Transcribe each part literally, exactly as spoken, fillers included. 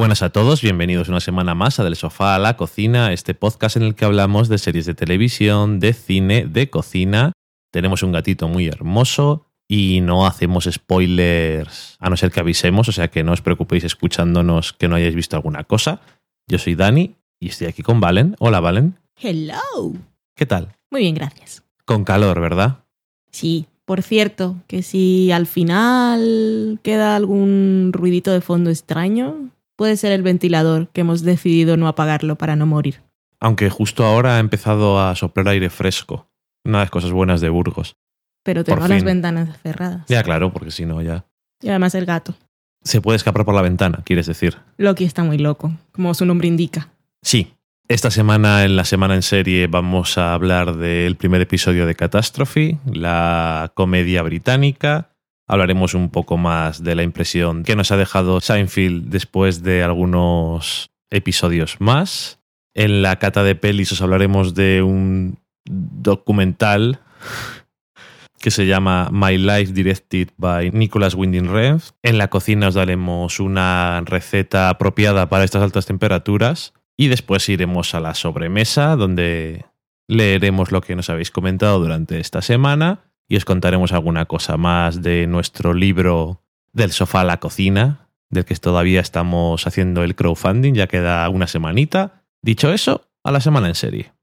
buenas a todos, bienvenidos una semana más a Del Sofá a la Cocina, este podcast en el que hablamos de series de televisión, de cine, de cocina. Tenemos un gatito muy hermoso y no hacemos spoilers a no ser que avisemos, o sea que no os preocupéis escuchándonos que no hayáis visto alguna cosa. Yo soy Dani y estoy aquí con Valen. Hola, Valen. Hello. ¿Qué tal? Muy bien, gracias. Con calor, ¿verdad? Sí, por cierto, que si al final queda algún ruidito de fondo extraño, puede ser el ventilador, que hemos decidido no apagarlo para no morir. Aunque justo ahora ha empezado a soplar aire fresco. Una de las cosas buenas de Burgos. Pero tengo las ventanas cerradas. Ya, claro, porque si no ya... Y además el gato. Se puede escapar por la ventana, quieres decir. Loki está muy loco, como su nombre indica. Sí. Esta semana, en la semana en serie, vamos a hablar del primer episodio de Catastrophe, la comedia británica. Hablaremos un poco más de la impresión que nos ha dejado Seinfeld después de algunos episodios más. En la cata de pelis os hablaremos de un documental que se llama My Life Directed by Nicholas Winding Refn. En la cocina os daremos una receta apropiada para estas altas temperaturas. Y después iremos a la sobremesa, donde leeremos lo que nos habéis comentado durante esta semana y os contaremos alguna cosa más de nuestro libro Del Sofá a la Cocina, del que todavía estamos haciendo el crowdfunding, ya queda una semanita. Dicho eso, a la semana en serie.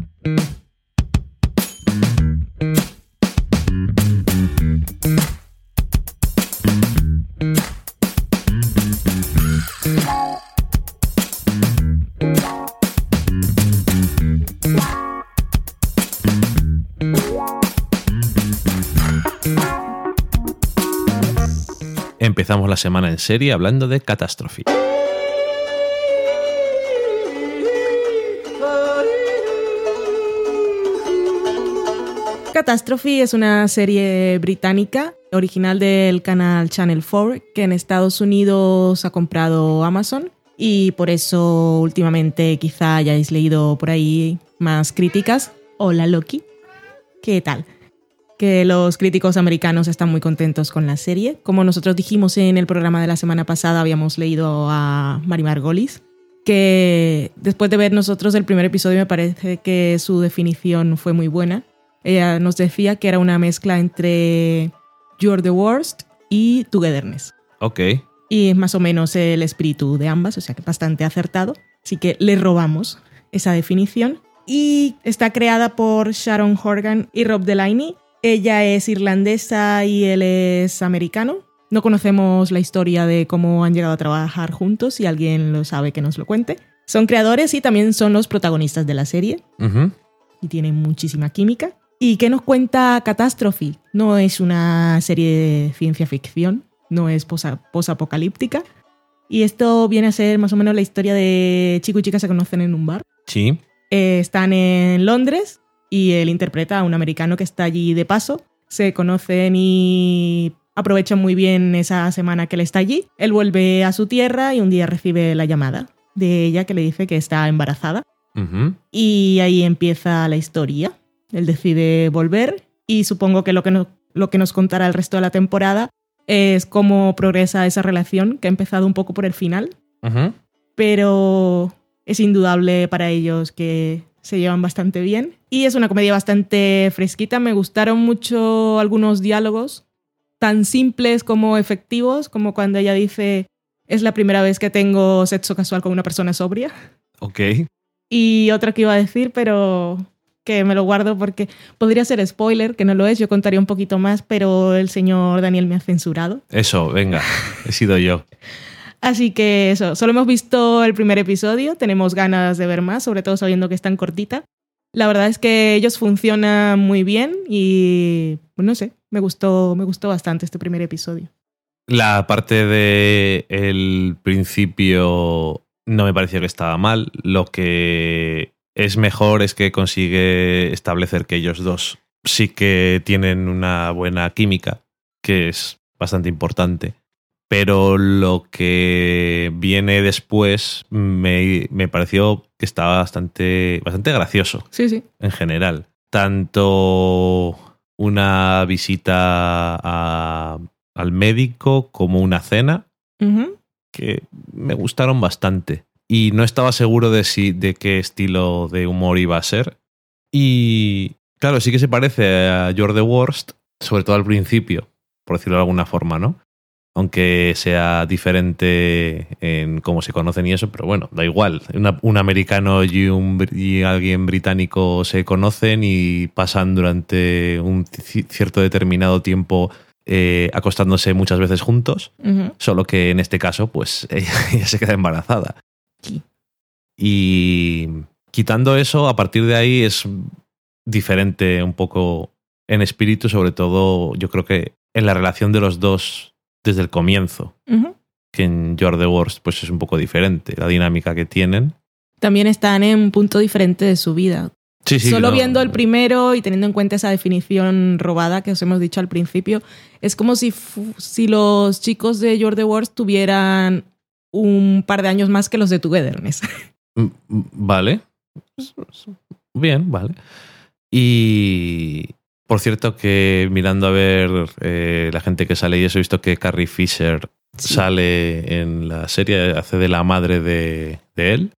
Empezamos la semana en serie hablando de Catastrophe. Catastrophe es una serie británica original del canal Channel cuatro que en Estados Unidos ha comprado Amazon y por eso últimamente quizá hayáis leído por ahí más críticas. Hola Loki, ¿qué tal? Que los críticos americanos están muy contentos con la serie. Como nosotros dijimos en el programa de la semana pasada, habíamos leído a Mary Margolis, que después de ver nosotros el primer episodio me parece que su definición fue muy buena. Ella nos decía que era una mezcla entre You're the Worst y Togetherness. Ok. Y es más o menos el espíritu de ambas, o sea que bastante acertado. Así que le robamos esa definición. Y está creada por Sharon Horgan y Rob Delaney. Ella es irlandesa y él es americano. No conocemos la historia de cómo han llegado a trabajar juntos. Si alguien lo sabe, que nos lo cuente. Son creadores y también son los protagonistas de la serie. Uh-huh. Y tienen muchísima química. ¿Y qué nos cuenta Catastrophe? No es una serie de ciencia ficción. No es posa- posapocalíptica. Y esto viene a ser más o menos la historia de chico y chica se conocen en un bar. Sí. Eh, están en Londres. Y él interpreta a un americano que está allí de paso. Se conocen y aprovechan muy bien esa semana que él está allí. Él vuelve a su tierra y un día recibe la llamada de ella que le dice que está embarazada. Uh-huh. Y ahí empieza la historia. Él decide volver y supongo que lo que, no, lo que nos contará el resto de la temporada es cómo progresa esa relación que ha empezado un poco por el final. Uh-huh. Pero es indudable para ellos que se llevan bastante bien. Y es una comedia bastante fresquita. Me gustaron mucho algunos diálogos, tan simples como efectivos, como cuando ella dice, es la primera vez que tengo sexo casual con una persona sobria. Ok. Y otra que iba a decir, pero que me lo guardo porque podría ser spoiler, que no lo es. Yo contaría un poquito más, pero el señor Daniel me ha censurado. Eso, venga, he sido yo. Así que eso, solo hemos visto el primer episodio, tenemos ganas de ver más, sobre todo sabiendo que es tan cortita. La verdad es que ellos funcionan muy bien y, pues no sé, me gustó, me gustó bastante este primer episodio. La parte del principio no me pareció que estaba mal. Lo que es mejor es que consigue establecer que ellos dos sí que tienen una buena química, que es bastante importante. Pero lo que viene después me, me pareció que estaba bastante, bastante gracioso. Sí, sí. En general. Tanto una visita a, al médico como una cena. Uh-huh. Que me gustaron bastante. Y no estaba seguro de, si, de qué estilo de humor iba a ser. Y claro, sí que se parece a You're the Worst, sobre todo al principio, por decirlo de alguna forma, ¿no? Aunque sea diferente en cómo se conocen y eso, pero bueno, da igual. Una, un americano y, un, y alguien británico se conocen y pasan durante un cierto determinado tiempo eh, acostándose muchas veces juntos, uh-huh. Solo que en este caso, pues ella, ella se queda embarazada. Sí. Y quitando eso, a partir de ahí es diferente un poco en espíritu, sobre todo yo creo que en la relación de los dos desde el comienzo, uh-huh. Que en You're the Worst pues es un poco diferente, la dinámica que tienen. También están en un punto diferente de su vida. Sí, sí, Solo no. viendo el primero y teniendo en cuenta esa definición robada que os hemos dicho al principio, es como si, fu- si los chicos de You're the Worst tuvieran un par de años más que los de Togetherness. Vale. Bien, vale. Y... Por cierto que mirando a ver eh, la gente que sale y eso, he visto que Carrie Fisher sí. Sale en la serie, hace de la madre de, de él.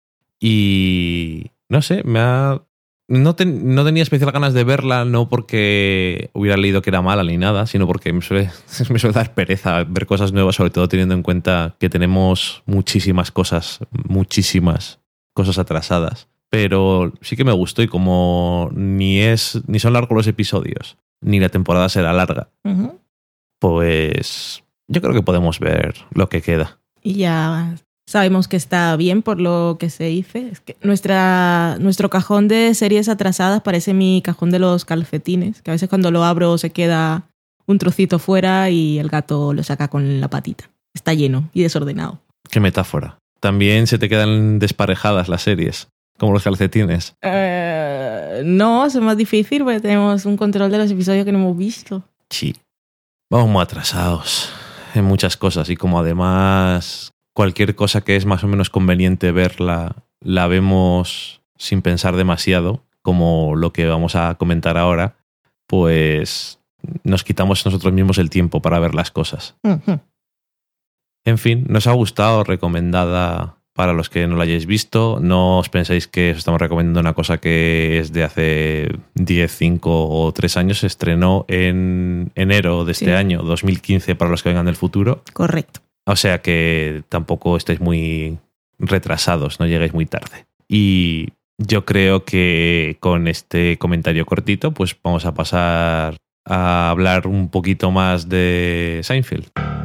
Y no sé, me ha... No, ten, no tenía especial ganas de verla, no porque hubiera leído que era mala ni nada, sino porque me suele, me suele dar pereza ver cosas nuevas, sobre todo teniendo en cuenta que tenemos muchísimas cosas, muchísimas cosas atrasadas. Pero sí que me gustó y como ni es ni son largos los episodios, ni la temporada será larga, uh-huh. Pues yo creo que podemos ver lo que queda. Y ya sabemos que está bien por lo que se dice. Es que nuestra, nuestro cajón de series atrasadas parece mi cajón de los calcetines, que a veces cuando lo abro se queda un trocito fuera y el gato lo saca con la patita. Está lleno y desordenado. Qué metáfora. También se te quedan desparejadas las series. Como los calcetines. Uh, no, es más difícil porque tenemos un control de los episodios que no hemos visto. Sí. Vamos muy atrasados en muchas cosas y como además cualquier cosa que es más o menos conveniente verla, la vemos sin pensar demasiado, como lo que vamos a comentar ahora, pues nos quitamos nosotros mismos el tiempo para ver las cosas. Uh-huh. En fin, nos ha gustado, recomendada... Para los que no lo hayáis visto, no os penséis que os estamos recomendando una cosa que es de hace diez, cinco o tres años. Se estrenó en enero de este sí. año, dos mil quince, para los que vengan del futuro. Correcto. O sea que tampoco estáis muy retrasados, no llegáis muy tarde. Y yo creo que con este comentario cortito, pues vamos a pasar a hablar un poquito más de Seinfeld.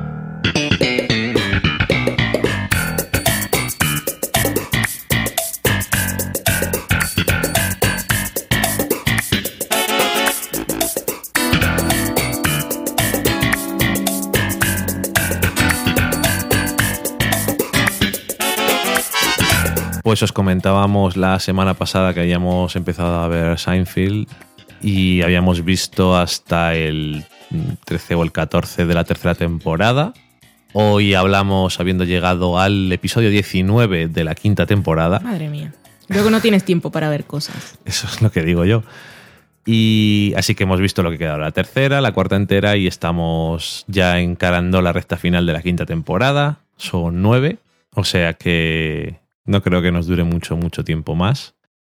Pues os comentábamos la semana pasada que habíamos empezado a ver Seinfeld y habíamos visto hasta el trece o el catorce de la tercera temporada. Hoy hablamos habiendo llegado al episodio diecinueve de la quinta temporada. Madre mía. Luego no tienes tiempo para ver cosas. Eso es lo que digo yo. Y así que hemos visto lo que queda la tercera, la cuarta entera y estamos ya encarando la recta final de la quinta temporada. Son nueve, o sea que no creo que nos dure mucho, mucho tiempo más.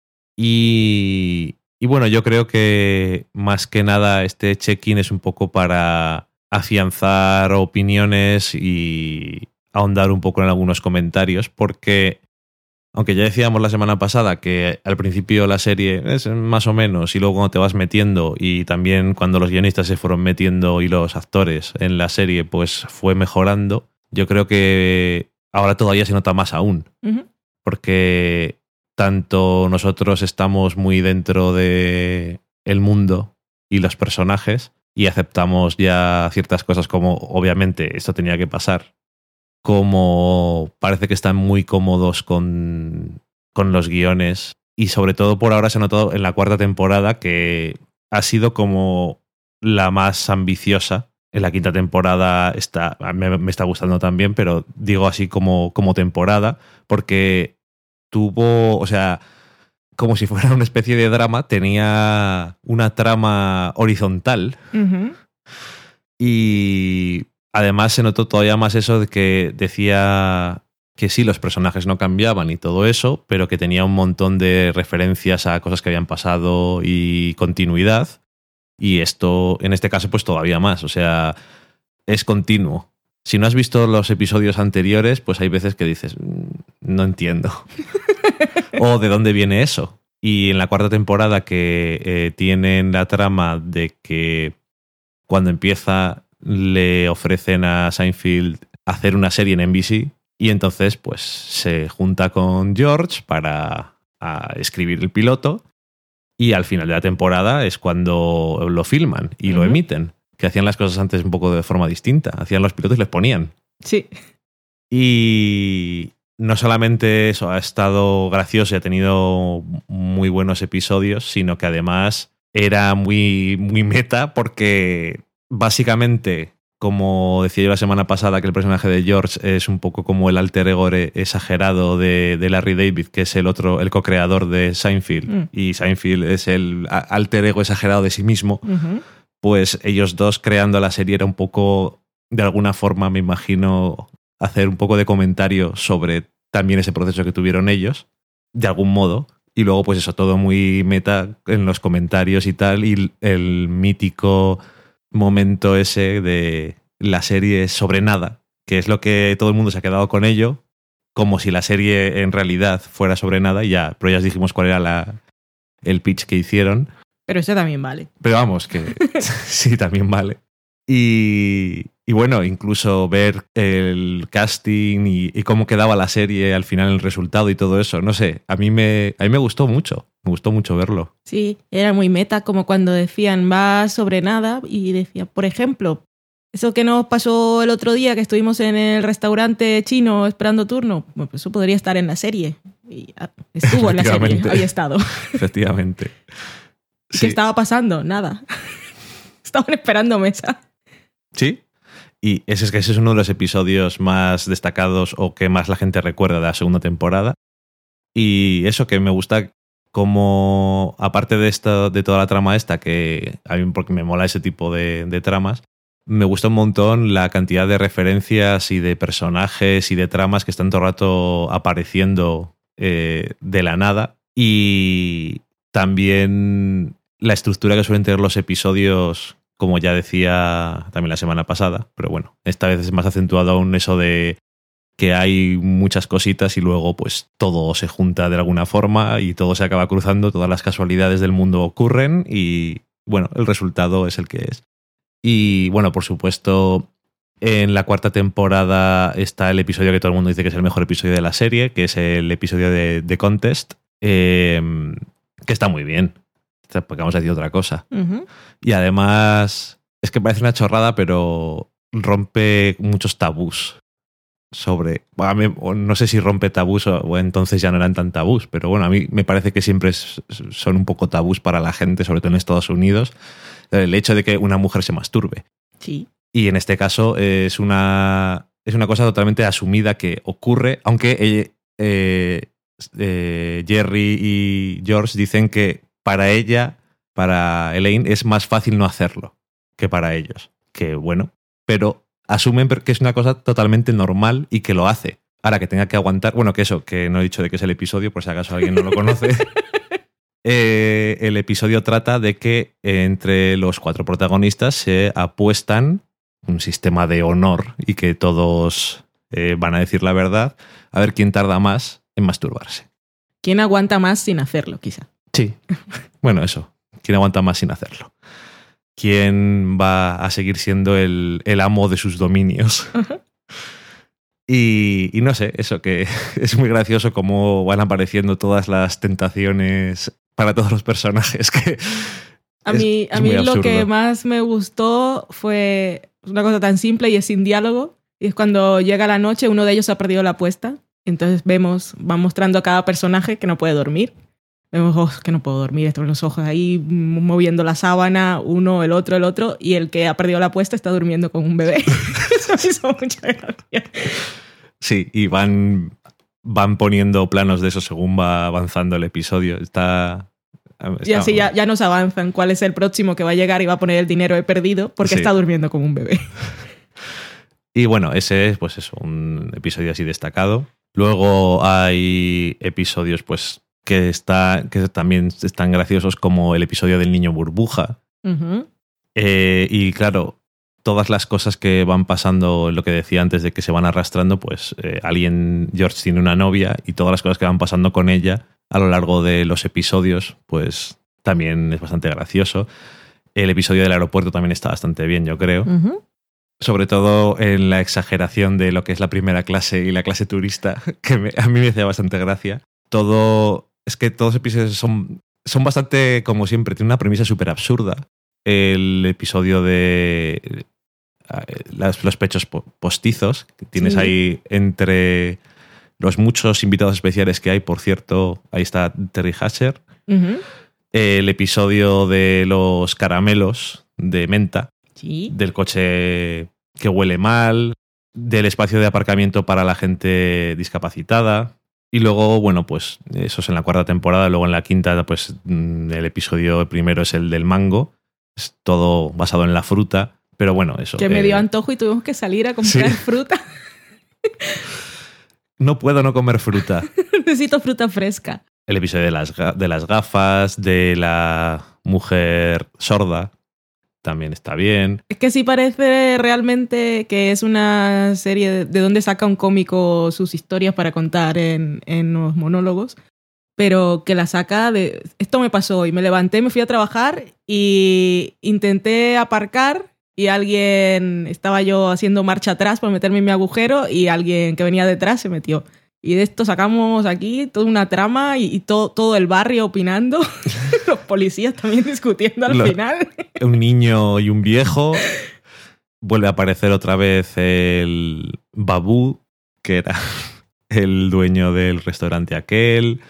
Y, y bueno, yo creo que más que nada este check-in es un poco para afianzar opiniones y ahondar un poco en algunos comentarios, porque aunque ya decíamos la semana pasada que al principio la serie es más o menos y luego cuando te vas metiendo y también cuando los guionistas se fueron metiendo y los actores en la serie pues fue mejorando, yo creo que ahora todavía se nota más aún. Uh-huh. Porque tanto nosotros estamos muy dentro de el mundo y los personajes y aceptamos ya ciertas cosas como obviamente esto tenía que pasar, como parece que están muy cómodos con, con los guiones y sobre todo por ahora se ha notado en la cuarta temporada que ha sido como la más ambiciosa. En la quinta temporada está, me, me está gustando también, pero digo así como, como temporada, porque tuvo, o sea, como si fuera una especie de drama, tenía una trama horizontal. Uh-huh. Y además se notó todavía más eso de que decía que sí, los personajes no cambiaban y todo eso, pero que tenía un montón de referencias a cosas que habían pasado y continuidad. Y esto, en este caso, pues todavía más. O sea, es continuo. Si no has visto los episodios anteriores, pues hay veces que dices, no entiendo. O ¿de dónde viene eso? Y en la cuarta temporada que eh, tienen la trama de que cuando empieza le ofrecen a Seinfeld hacer una serie en N B C y entonces pues se junta con George para a escribir el piloto y al final de la temporada es cuando lo filman y uh-huh. lo emiten. Que hacían las cosas antes un poco de forma distinta. Hacían los pilotos y les ponían. Sí. Y no solamente eso ha estado gracioso y ha tenido muy buenos episodios, sino que además era muy, muy meta porque básicamente, como decía yo la semana pasada, que el personaje de George es un poco como el alter ego exagerado de, de Larry David, que es el otro, el co-creador de Seinfeld, mm. y Seinfeld es el alter ego exagerado de sí mismo, uh-huh. pues ellos dos creando la serie era un poco, de alguna forma me imagino, hacer un poco de comentario sobre también ese proceso que tuvieron ellos, de algún modo. Y luego, pues eso, todo muy meta en los comentarios y tal. Y el mítico momento ese de la serie sobre nada, que es lo que todo el mundo se ha quedado con ello, como si la serie en realidad fuera sobre nada. Y ya, pero ya dijimos cuál era la, el pitch que hicieron. Pero eso también vale. Pero vamos, que sí, también vale. Y, y bueno, incluso ver el casting y, y cómo quedaba la serie al final, el resultado y todo eso, no sé, a mí me, a mí me gustó mucho, me gustó mucho verlo. Sí, era muy meta, como cuando decían va sobre nada y decían, por ejemplo, eso que nos pasó el otro día que estuvimos en el restaurante chino esperando turno, bueno, pues eso podría estar en la serie. Y estuvo en la serie, había estado. Efectivamente. ¿Y sí. qué estaba pasando? Nada. Estaban esperando mesa. Sí, y ese es que ese es uno de los episodios más destacados o que más la gente recuerda de la segunda temporada. Y eso que me gusta como, aparte de esto, de toda la trama esta, que a mí porque me mola ese tipo de, de tramas, me gusta un montón la cantidad de referencias y de personajes y de tramas que están todo el rato apareciendo eh, de la nada. Y también la estructura que suelen tener los episodios, como ya decía también la semana pasada, pero bueno, esta vez es más acentuado aún eso de que hay muchas cositas y luego pues todo se junta de alguna forma y todo se acaba cruzando, todas las casualidades del mundo ocurren y bueno, el resultado es el que es. Y bueno, por supuesto, en la cuarta temporada está el episodio que todo el mundo dice que es el mejor episodio de la serie, que es el episodio de The Contest, eh, que está muy bien. Porque vamos a decir otra cosa. Uh-huh. Y además, es que parece una chorrada, pero rompe muchos tabús sobre... Bueno, a mí, no sé si rompe tabús o, o entonces ya no eran tan tabús, pero bueno, a mí me parece que siempre es, son un poco tabús para la gente, sobre todo en Estados Unidos, el hecho de que una mujer se masturbe. Sí. Y en este caso es una, es una cosa totalmente asumida que ocurre, aunque eh, eh, eh, Jerry y George dicen que para ella, para Elaine, es más fácil no hacerlo que para ellos. Que bueno, pero asumen que es una cosa totalmente normal y que lo hace. Ahora que tenga que aguantar, bueno, que eso, que no he dicho de qué es el episodio, por si acaso alguien no lo conoce. eh, el episodio trata de que entre los cuatro protagonistas se apuestan un sistema de honor y que todos eh, van a decir la verdad, a ver quién tarda más en masturbarse. ¿Quién aguanta más sin hacerlo, quizá? Sí, bueno, eso. ¿Quién aguanta más sin hacerlo? ¿Quién va a seguir siendo el, el amo de sus dominios? Uh-huh. Y, y no sé, eso que es muy gracioso cómo van apareciendo todas las tentaciones para todos los personajes. Que a mí, es, a mí es lo que más me gustó fue una cosa tan simple y es sin diálogo. Y es cuando llega la noche, uno de ellos ha perdido la apuesta. Entonces vemos, va mostrando a cada personaje que no puede dormir. Vemos oh, que no puedo dormir, están los ojos ahí moviendo la sábana, uno, el otro, el otro, y el que ha perdido la apuesta está durmiendo con un bebé. Eso me hizo mucha gracia. Sí, y van, van poniendo planos de eso según va avanzando el episodio. Está, está... Y así ya, ya nos avanzan cuál es el próximo que va a llegar y va a poner el dinero he perdido porque sí. Está durmiendo con un bebé. Y bueno, ese es pues eso, un episodio así destacado. Luego hay episodios pues que, está, que también están graciosos, como el episodio del niño burbuja. Uh-huh. Eh, y claro, todas las cosas que van pasando, lo que decía antes de que se van arrastrando, pues eh, alguien, George tiene una novia y todas las cosas que van pasando con ella a lo largo de los episodios, pues también es bastante gracioso. El episodio del aeropuerto también está bastante bien, yo creo. Uh-huh. Sobre todo en la exageración de lo que es la primera clase y la clase turista, que me, a mí me hacía bastante gracia. Todo, es que todos los episodios son, son bastante, como siempre, tiene una premisa súper absurda. El episodio de las, los pechos postizos, que tienes sí. ahí entre los muchos invitados especiales que hay, por cierto, ahí está Terry Hatcher. Uh-huh. El episodio de los caramelos de menta. Sí. Del coche que huele mal, del espacio de aparcamiento para la gente discapacitada. Y luego, bueno, pues eso es en la cuarta temporada. Luego en la quinta, pues el episodio primero es el del mango. Es todo basado en la fruta. Pero bueno, eso. Que me dio eh... antojo y tuvimos que salir a comprar sí. fruta. No puedo no comer fruta. Necesito fruta fresca. El episodio de las, de las gafas, de la mujer sorda. También está bien. Es que sí parece realmente que es una serie de, de donde saca un cómico sus historias para contar en, en los monólogos, pero que la saca de... Esto me pasó hoy. Me levanté, me fui a trabajar y intenté aparcar y alguien... Estaba yo haciendo marcha atrás para meterme en mi agujero y alguien que venía detrás se metió. Y de esto sacamos aquí toda una trama y, y todo, todo el barrio opinando. Los policías también discutiendo al Lo, final. Un niño y un viejo. Vuelve a aparecer otra vez el Babu, que era el dueño del restaurante aquel.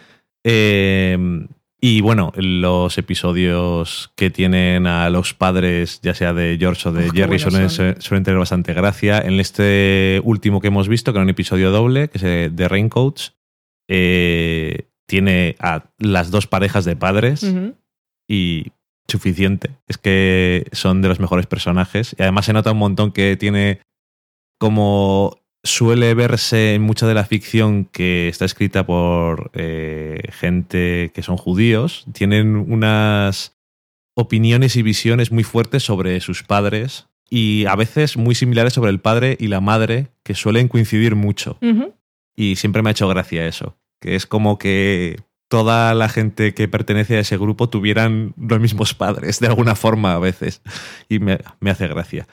Eh, y bueno, los episodios que tienen a los padres, ya sea de George o de oh, Jerry, suelen, son. suelen tener bastante gracia. En este último que hemos visto, que era un episodio doble, que es de Raincoats, eh, tiene a las dos parejas de padres uh-huh. y suficiente. Es que son de los mejores personajes. Y además se nota un montón que tiene, como suele verse en mucha de la ficción que está escrita por eh, gente que son judíos, tienen unas opiniones y visiones muy fuertes sobre sus padres y a veces muy similares sobre el padre y la madre, que suelen coincidir mucho. Uh-huh. Y siempre me ha hecho gracia eso, que es como que toda la gente que pertenece a ese grupo tuvieran los mismos padres, de alguna forma a veces. Y me, me hace gracia.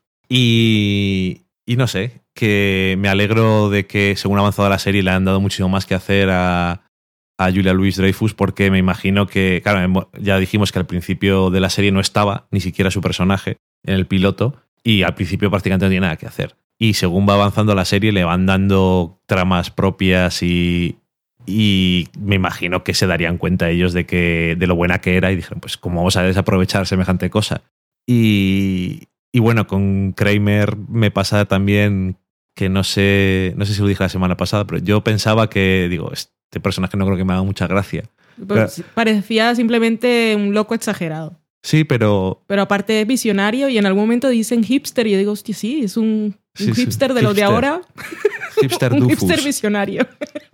Y, y no sé, que me alegro de que según ha avanzado la serie le han dado muchísimo más que hacer a, a Julia Louis-Dreyfus, porque me imagino que, claro, ya dijimos que al principio de la serie no estaba ni siquiera su personaje en el piloto y al principio prácticamente no tiene nada que hacer. Y según va avanzando la serie le van dando tramas propias y, y me imagino que se darían cuenta ellos de, que, de lo buena que era y dijeron, pues ¿cómo vamos a desaprovechar semejante cosa? Y, y bueno, con Kramer me pasa también que no sé, no sé si lo dije la semana pasada, pero yo pensaba que, digo, este personaje no creo que me haga mucha gracia. Pero, parecía simplemente un loco exagerado. Sí, pero... Pero aparte es visionario y en algún momento dicen hipster y yo digo, hostia, sí, es un, un sí, hipster sí, de los de ahora. Hipster un Dufus. hipster visionario.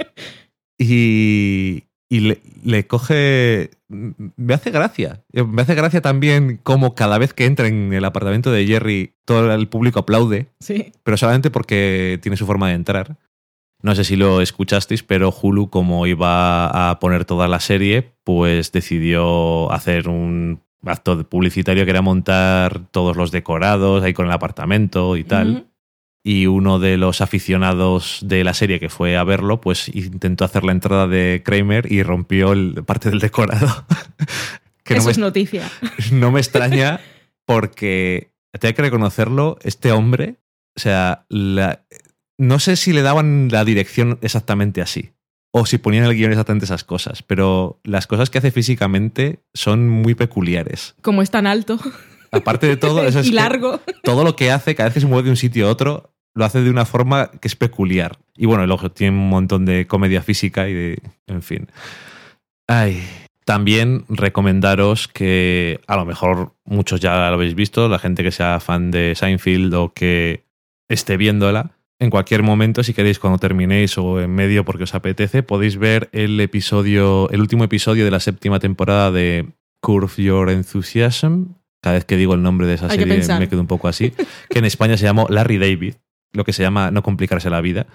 Y, y le, le coge... Me hace gracia. Me hace gracia también como cada vez que entra en el apartamento de Jerry todo el público aplaude. Sí. Pero solamente porque tiene su forma de entrar. No sé si lo escuchasteis, pero Hulu, como iba a poner toda la serie, pues decidió hacer un acto publicitario que era montar todos los decorados ahí con el apartamento y tal. Uh-huh. Y uno de los aficionados de la serie que fue a verlo, pues intentó hacer la entrada de Kramer y rompió el, parte del decorado. que Eso no es me, noticia. No me extraña porque, tengo que reconocerlo, este hombre, o sea, la, no sé si le daban la dirección exactamente así o si ponían en el guión exactamente esas cosas, pero las cosas que hace físicamente son muy peculiares. Como es tan alto. Aparte de todo, eso es y largo. Todo lo que hace, cada vez que se mueve de un sitio a otro, lo hace de una forma que es peculiar. Y bueno, luego tiene un montón de comedia física y de... En fin. Ay. También recomendaros que a lo mejor muchos ya lo habéis visto, la gente que sea fan de Seinfeld o que esté viéndola, en cualquier momento, si queréis, cuando terminéis o en medio porque os apetece, podéis ver el episodio, el último episodio de la séptima temporada de Curb Your Enthusiasm. Cada vez que digo el nombre de esa Hay que serie pensar. me quedo un poco así. Que en España se llamó Larry David, lo que se llama No complicarse la vida.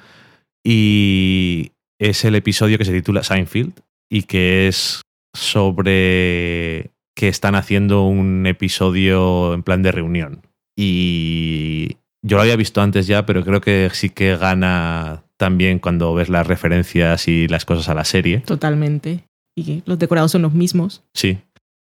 Y es el episodio que se titula Seinfeld y que es sobre que están haciendo un episodio en plan de reunión. Y yo lo había visto antes ya, pero creo que sí que gana también cuando ves las referencias y las cosas a la serie. Totalmente. Y los decorados son los mismos. Sí.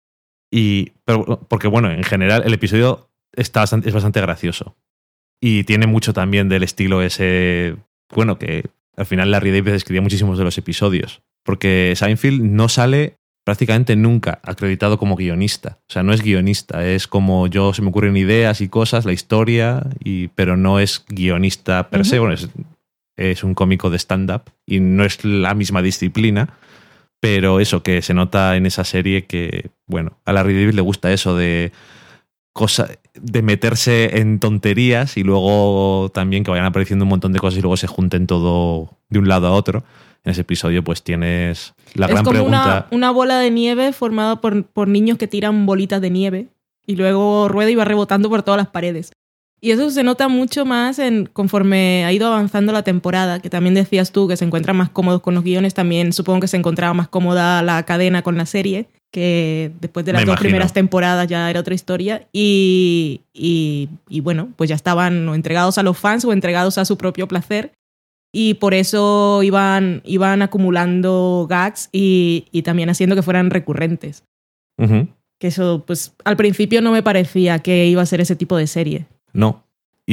Y, pero, porque bueno, en general el episodio está bastante, es bastante gracioso. Y tiene mucho también del estilo ese... Bueno, que al final Larry David escribía muchísimos de los episodios. Porque Seinfeld no sale prácticamente nunca acreditado como guionista. O sea, no es guionista, es como yo se me ocurren ideas y cosas, la historia, y, pero no es guionista per se. Uh-huh. Bueno, es, es un cómico de stand-up y no es la misma disciplina, pero eso que se nota en esa serie que, bueno, a Larry David le gusta eso de, cosa, de meterse en tonterías y luego también que vayan apareciendo un montón de cosas y luego se junten todo de un lado a otro. En ese episodio pues tienes la es gran como pregunta... Una, una bola de nieve formada por, por niños que tiran bolitas de nieve y luego rueda y va rebotando por todas las paredes. Y eso se nota mucho más en, conforme ha ido avanzando la temporada, que también decías tú que se encuentran más cómodos con los guiones, también supongo que se encontraba más cómoda la cadena con la serie, que después de las Me dos imagino. primeras temporadas ya era otra historia. Y, y, y bueno, pues ya estaban o entregados a los fans o entregados a su propio placer. Y por eso iban, iban acumulando gags y, y también haciendo que fueran recurrentes. Uh-huh. Que eso, pues, al principio no me parecía que iba a ser ese tipo de serie. No.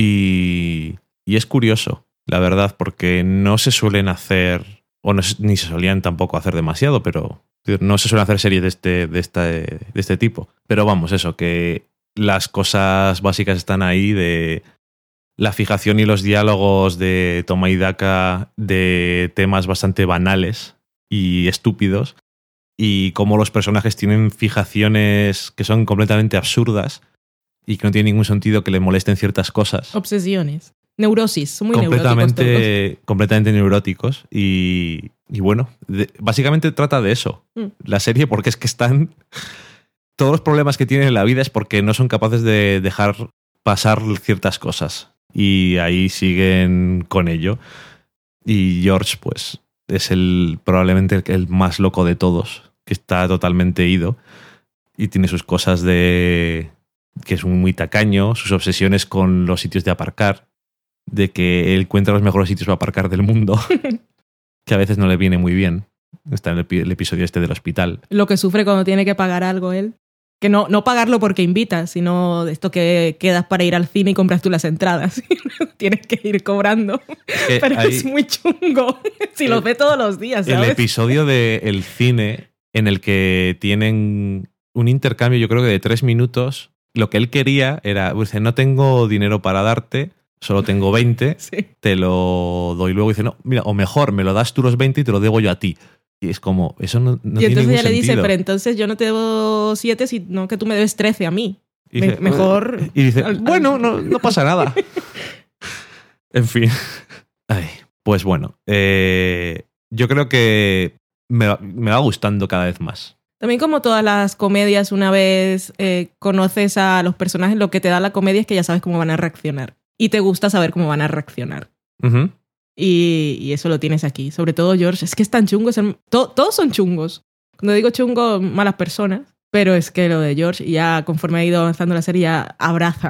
Y, y es curioso, la verdad, porque no se suelen hacer, o no, ni se solían tampoco hacer demasiado, pero no se suelen hacer series de este, de este, de este tipo. Pero vamos, eso, que las cosas básicas están ahí de... La fijación y los diálogos de toma y daca de temas bastante banales y estúpidos y cómo los personajes tienen fijaciones que son completamente absurdas y que no tiene ningún sentido que le molesten ciertas cosas. Obsesiones. Neurosis. Son muy completamente, neuróticos todos. completamente neuróticos y, y bueno, de, básicamente trata de eso. Mm. La serie, porque es que están... Todos los problemas que tienen en la vida es porque no son capaces de dejar pasar ciertas cosas. Y ahí siguen con ello. Y George, pues, es el probablemente el más loco de todos, que está totalmente ido y tiene sus cosas de... que es muy tacaño, sus obsesiones con los sitios de aparcar, de que él encuentra los mejores sitios para aparcar del mundo, que a veces no le viene muy bien. Está en el, el episodio este del hospital. Lo que sufre cuando tiene que pagar algo él. Que no, no pagarlo porque invitas, sino de esto que quedas para ir al cine y compras tú las entradas. Tienes que ir cobrando. Es Pero es muy chungo. Si el, lo ve todos los días, ¿sabes? El episodio del cine en el que tienen un intercambio, yo creo que de tres minutos, lo que él quería era, dice, no tengo dinero para darte, solo tengo veinte, sí. Te lo doy. Luego dice, no, mira, o mejor, me lo das tú los veinte y te lo debo yo a ti. Y es como, eso no, no tiene ningún sentido. Y entonces ella le dice, pero entonces yo no te debo siete, sino que tú me debes trece a mí. Y dice, me, mejor... Y dice, al, bueno, al... no, no pasa nada. En fin. Ay, pues bueno, eh, yo creo que me va, me va gustando cada vez más. También como todas las comedias, una vez eh, conoces a los personajes, lo que te da la comedia es que ya sabes cómo van a reaccionar. Y te gusta saber cómo van a reaccionar. Uh-huh. Y, y eso lo tienes aquí. Sobre todo George. Es que es tan chungo. Es el, to, todos son chungos. Cuando digo chungo, malas personas. Pero es que lo de George, ya conforme ha ido avanzando la serie, ya abraza.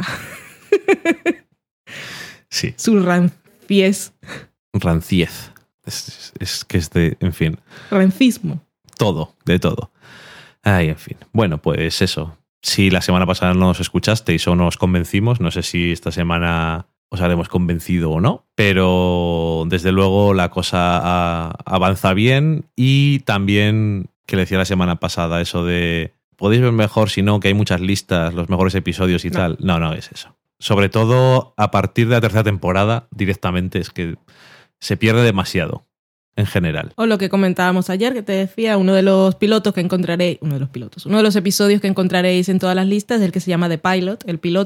Sí. Su ranciez. Ranciez. Es, es, es que es de... En fin. Rancismo. Todo. De todo. Ay, en fin. Bueno, pues eso. Si la semana pasada no nos escuchasteis o nos convencimos, no sé si esta semana... os haremos convencido o no, pero desde luego la cosa a, avanza bien y también, que le decía la semana pasada, eso de podéis ver mejor si no, que hay muchas listas, los mejores episodios y no. tal. No, no es eso. Sobre todo a partir de la tercera temporada directamente es que se pierde demasiado en general. O lo que comentábamos ayer, que te decía, uno de los pilotos que encontraréis, uno de los pilotos, uno de los episodios que encontraréis en todas las listas es el que se llama The Pilot, el piloto,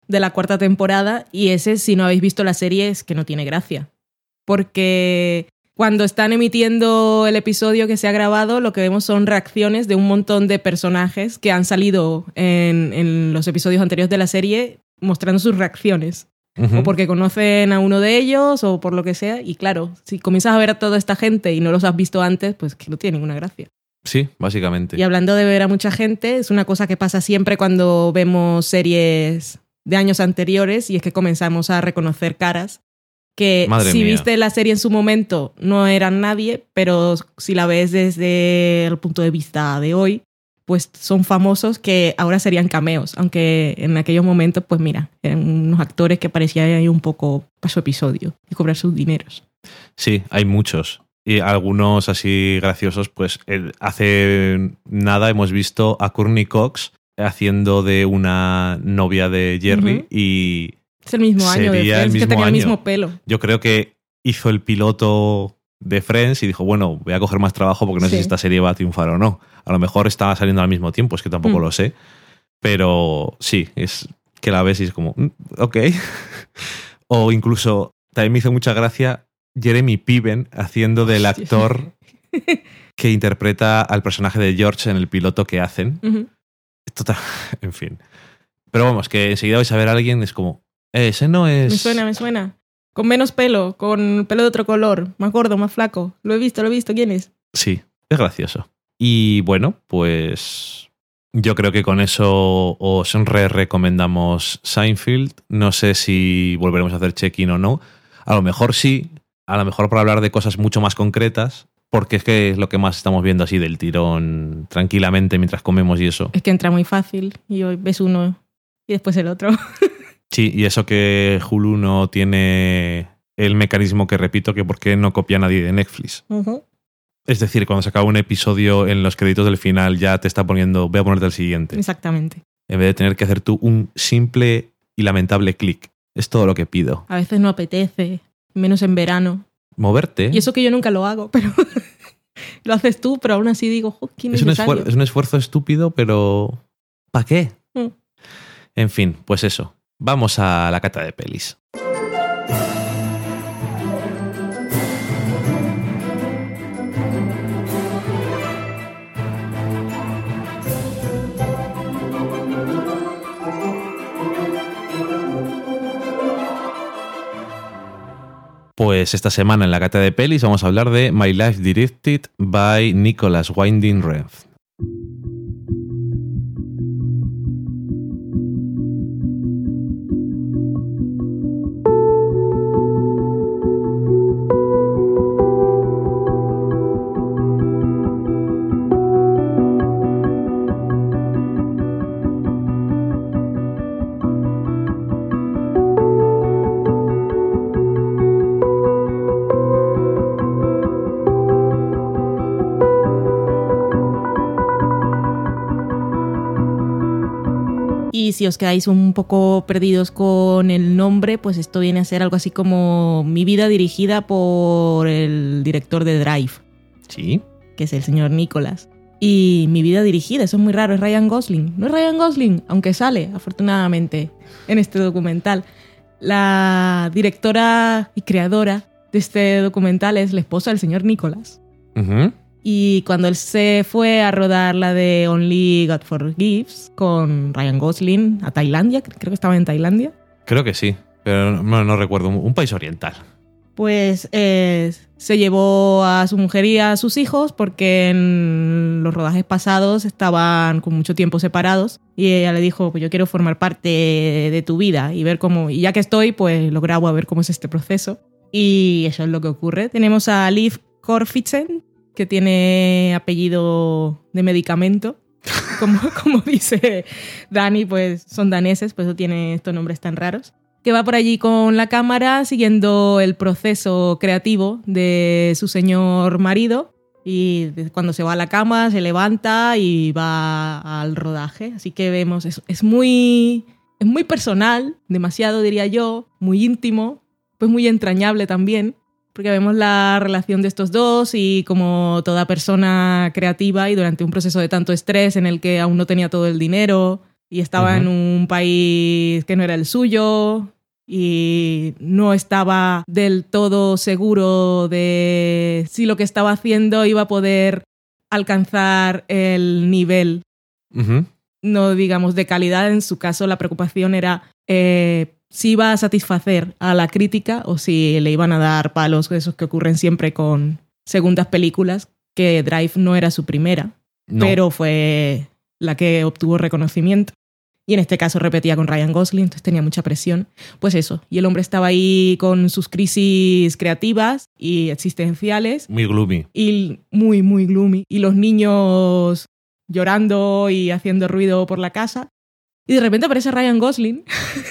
de la cuarta temporada, y ese, si no habéis visto la serie, es que no tiene gracia. Porque cuando están emitiendo el episodio que se ha grabado, lo que vemos son reacciones de un montón de personajes que han salido en, en los episodios anteriores de la serie mostrando sus reacciones. Uh-huh. O porque conocen a uno de ellos o por lo que sea. Y claro, si comienzas a ver a toda esta gente y no los has visto antes, pues que no tiene ninguna gracia. Sí, básicamente. Y hablando de ver a mucha gente, es una cosa que pasa siempre cuando vemos series de años anteriores, y es que comenzamos a reconocer caras que Madre si mía. viste la serie en su momento no eran nadie, pero si la ves desde el punto de vista de hoy, pues son famosos que ahora serían cameos, aunque en aquellos momentos, pues mira, eran unos actores que parecían ahí un poco para su episodio y cobrar sus dineros. Sí, hay muchos. Y algunos así graciosos, pues eh, hace nada hemos visto a Courtney Cox haciendo de una novia de Jerry. Uh-huh. Y es el mismo año de Friends, que tenía año. el mismo pelo. Yo creo que hizo el piloto de Friends y dijo, bueno, voy a coger más trabajo porque no sí. sé si esta serie va a triunfar o no. A lo mejor estaba saliendo al mismo tiempo, es que tampoco mm. lo sé. Pero sí, es que la ves y es como, mm, ok. O incluso, también me hizo mucha gracia Jeremy Piven haciendo del actor que interpreta al personaje de George en el piloto que hacen. Uh-huh. Total, en fin. Pero vamos, que enseguida vais a ver a alguien, es como, eh, ese no es... Me suena, me suena. Con menos pelo, con pelo de otro color, más gordo, más flaco. Lo he visto, lo he visto. ¿Quién es? Sí, es gracioso. Y bueno, pues yo creo que con eso os re-recomendamos Seinfeld. No sé si volveremos a hacer check-in o no. A lo mejor sí, a lo mejor para hablar de cosas mucho más concretas, porque es que es lo que más estamos viendo así del tirón tranquilamente mientras comemos y eso. Es que entra muy fácil y hoy ves uno y después el otro. Sí, y eso que Hulu no tiene el mecanismo que repito, que por qué no copia a nadie de Netflix. Uh-huh. Es decir, cuando se acaba un episodio en los créditos del final ya te está poniendo, voy a ponerte el siguiente. Exactamente. En vez de tener que hacer tú un simple y lamentable clic. Es todo lo que pido. A veces no apetece, menos en verano. Moverte. Y eso que yo nunca lo hago, pero lo haces tú, pero aún así digo, oh, ¿qué es, un esfuer- es un esfuerzo estúpido, pero ¿para qué? Mm. En fin, pues eso. Vamos a la cata de pelis. Pues esta semana en la cata de pelis vamos a hablar de My Life Directed by Nicholas Winding Refn. Y si os quedáis un poco perdidos con el nombre, pues esto viene a ser algo así como Mi vida dirigida por el director de Drive. Sí. Que es el señor Nicholas. Y Mi vida dirigida, eso es muy raro, es Ryan Gosling. No es Ryan Gosling, aunque sale, afortunadamente, en este documental. La directora y creadora de este documental es la esposa del señor Nicholas. Uh-huh. Y cuando él se fue a rodar la de Only God Forgives con Ryan Gosling a Tailandia, creo que estaba en Tailandia. Creo que sí, pero no, no recuerdo, un país oriental. Pues eh, se llevó a su mujer y a sus hijos porque en los rodajes pasados estaban con mucho tiempo separados y ella le dijo, pues yo quiero formar parte de tu vida y ver cómo, y ya que estoy, pues lo grabo a ver cómo es este proceso. Y eso es lo que ocurre. Tenemos a Liv Korfitsen, que tiene apellido de medicamento, como, como dice Dani, pues son daneses, por eso tiene estos nombres tan raros, que va por allí con la cámara siguiendo el proceso creativo de su señor marido y cuando se va a la cama se levanta y va al rodaje. Así que vemos, es, es, muy, es muy personal, demasiado diría yo, muy íntimo, pues muy entrañable también. Porque vemos la relación de estos dos y como toda persona creativa y durante un proceso de tanto estrés en el que aún no tenía todo el dinero y estaba uh-huh. en un país que no era el suyo y no estaba del todo seguro de si lo que estaba haciendo iba a poder alcanzar el nivel, uh-huh. no digamos de calidad. En su caso la preocupación era eh, si iba a satisfacer a la crítica o si le iban a dar palos, esos que ocurren siempre con segundas películas, que Drive no era su primera, no. pero fue la que obtuvo reconocimiento. Y en este caso repetía con Ryan Gosling, entonces tenía mucha presión. Pues eso, y el hombre estaba ahí con sus crisis creativas y existenciales. Muy gloomy. Y muy, muy gloomy. Y los niños llorando y haciendo ruido por la casa. Y de repente aparece Ryan Gosling,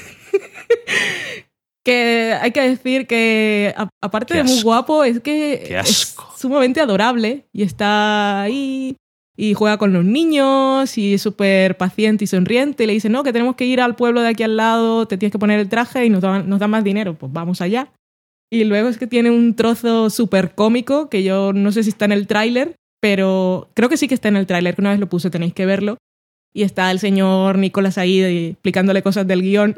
que hay que decir que, a, aparte Qué de muy asco. guapo, es que Qué asco. es sumamente adorable. Y está ahí... y juega con los niños y es súper paciente y sonriente. Y le dice, no, que tenemos que ir al pueblo de aquí al lado, te tienes que poner el traje y nos dan, nos dan más dinero. Pues vamos allá. Y luego es que tiene un trozo súper cómico, que yo no sé si está en el tráiler, pero creo que sí que está en el tráiler, que una vez lo puse, tenéis que verlo. Y está el señor Nicolas ahí explicándole cosas del guión.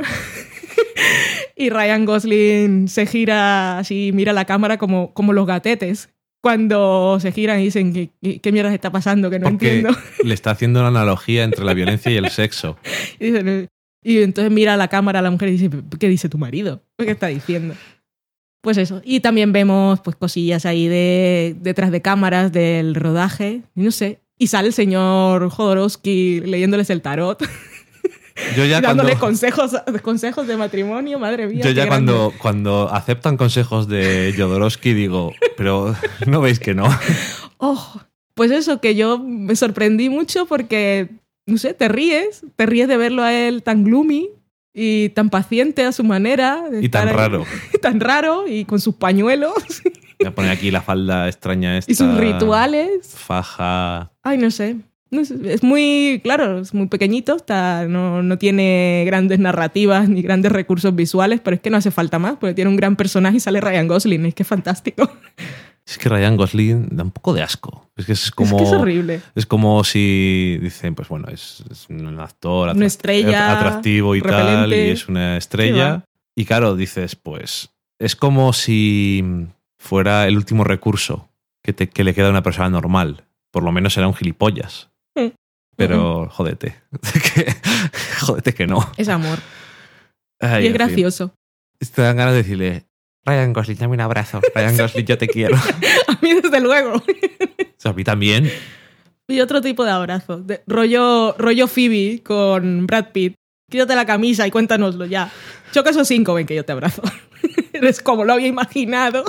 Y Ryan Gosling se gira así, mira la cámara como, como los gatetes. Cuando se giran y dicen ¿qué, qué mierda está pasando? Que no Porque entiendo. Le está haciendo una analogía entre la violencia y el sexo. Y, dicen, y entonces mira a la cámara a la mujer y dice, ¿qué dice tu marido? ¿Qué está diciendo? Pues eso. Y también vemos pues cosillas ahí de, detrás de cámaras del rodaje. Y no sé. Y sale el señor Jodorowsky leyéndoles el tarot. Yo ya y dándole cuando, consejos, consejos de matrimonio, madre mía. Yo ya cuando, cuando aceptan consejos de Jodorowsky digo, pero ¿no veis que no? Oh, pues eso, que yo me sorprendí mucho porque, no sé, te ríes, te ríes de verlo a él tan gloomy y tan paciente a su manera. Y tan raro. Ahí, tan raro y con sus pañuelos. Voy a poner aquí la falda extraña esta. Y sus rituales. Faja. Ay, no sé. No sé, es muy, claro, es muy pequeñito, está, no, no tiene grandes narrativas ni grandes recursos visuales, pero es que no hace falta más, porque tiene un gran personaje y sale Ryan Gosling, es que es fantástico. Es que Ryan Gosling da un poco de asco. Es que es como. Es que es horrible. Es como si dicen, pues bueno, es, es un actor una estrella, atractivo y repelente. tal, y es una estrella. Y claro, dices, pues. Es como si fuera el último recurso que, te, que le queda a una persona normal. Por lo menos será un gilipollas. Pero uh-huh. jódete. jódete que no. Es amor. Ay, y es gracioso. Fin. Te dan ganas de decirle, Ryan Gosling, dame un abrazo. Ryan Gosling, yo te quiero. A mí desde luego. O sea, a mí también. Y otro tipo de abrazo. De, rollo, rollo Phoebe con Brad Pitt. Quítate la camisa y cuéntanoslo ya. Choca esos cinco, ven que yo te abrazo. Eres como lo había imaginado.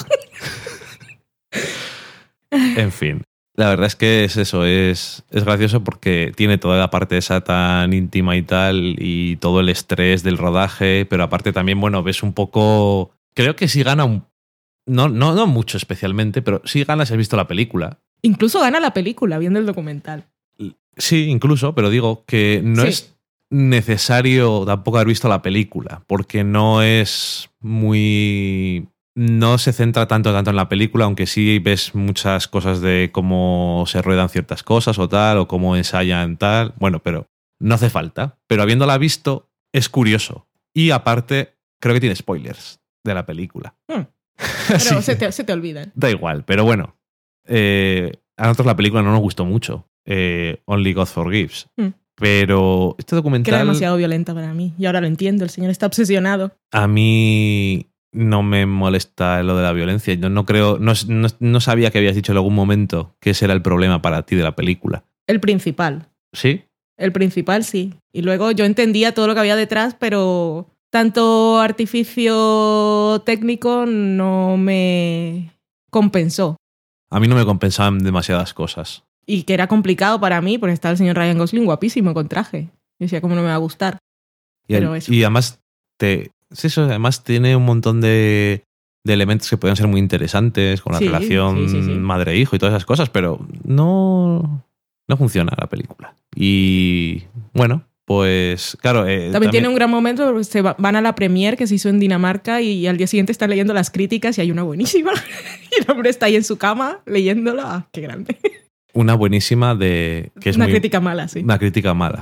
En fin. La verdad es que es eso, es, es gracioso porque tiene toda la parte esa tan íntima y tal, y todo el estrés del rodaje, pero aparte también, bueno, ves un poco... Creo que sí gana un... No, no, no mucho especialmente, pero sí gana si has visto la película. Incluso gana la película, viendo el documental. Sí, incluso, pero digo que no sí. es necesario tampoco haber visto la película, porque no es muy... No se centra tanto, tanto en la película, aunque sí ves muchas cosas de cómo se ruedan ciertas cosas o tal, o cómo ensayan tal. Bueno, pero no hace falta. Pero habiéndola visto, es curioso. Y aparte, creo que tiene spoilers de la película. Hmm. Pero se, te, se te olvidan. Da igual, pero bueno. Eh, a nosotros la película no nos gustó mucho. Eh, Only God Forgives. Hmm. Pero este documental... Que era demasiado violenta para mí. Y ahora lo entiendo, el señor está obsesionado. A mí... No me molesta lo de la violencia. Yo no creo, no, no, no sabía que habías dicho en algún momento que ese era el problema para ti de la película. El principal. ¿Sí? El principal, sí. Y luego yo entendía todo lo que había detrás, pero tanto artificio técnico no me compensó. A mí no me compensaban demasiadas cosas. Y que era complicado para mí, porque estaba el señor Ryan Gosling guapísimo con traje. Y decía, ¿cómo no me va a gustar? Y, el, pero eso. y además te... Sí, eso además tiene un montón de, de elementos que pueden ser muy interesantes con la sí, relación sí, sí, sí. madre-hijo y todas esas cosas, pero no, no funciona la película. Y bueno, pues claro... Eh, también, también tiene un gran momento porque se va, van a la premiere que se hizo en Dinamarca y, y al día siguiente están leyendo las críticas y hay una buenísima. Y el hombre está ahí en su cama leyéndola. ¡Ah, qué grande! Una buenísima de... que es una muy, crítica mala, sí. Una crítica mala.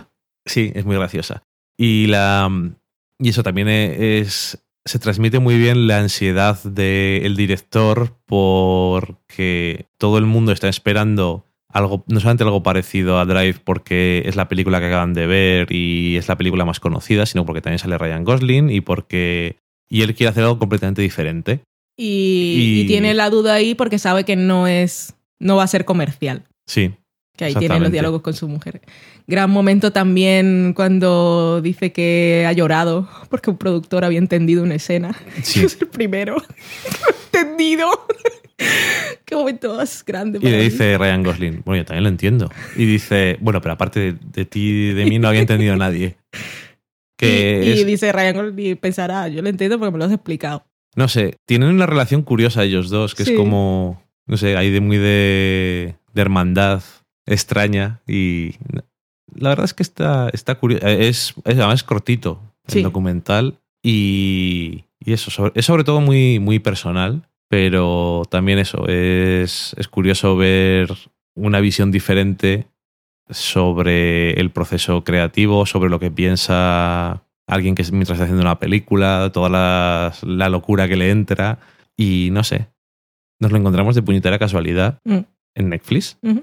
Sí, es muy graciosa. Y, la, y eso también es... Se transmite muy bien la ansiedad del director porque todo el mundo está esperando algo, no solamente algo parecido a Drive porque es la película que acaban de ver y es la película más conocida, sino porque también sale Ryan Gosling y porque y él quiere hacer algo completamente diferente. Y, y... y tiene la duda ahí porque sabe que no es, no va a ser comercial. Sí. Que ahí tienen los diálogos con su mujer. Gran momento también cuando dice que ha llorado porque un productor había entendido una escena. Sí. Es el primero. Entendido. Qué momento más grande. Y le dice Ryan Gosling, bueno, yo también lo entiendo. Y dice, bueno, pero aparte de, de ti y de mí no había entendido nadie. Que y, es... y dice Ryan Gosling, pensará, yo lo entiendo porque me lo has explicado. No sé, tienen una relación curiosa ellos dos, que sí. Es como, no sé, hay de muy de, de hermandad extraña y la verdad es que está, está curioso. Es, es, además es cortito el sí. documental y, y eso, sobre, es sobre todo muy, muy personal, pero también eso, es, es curioso ver una visión diferente sobre el proceso creativo, sobre lo que piensa alguien que mientras está haciendo una película, toda la, la locura que le entra y no sé, nos lo encontramos de puñetera casualidad mm. en Netflix. Uh-huh.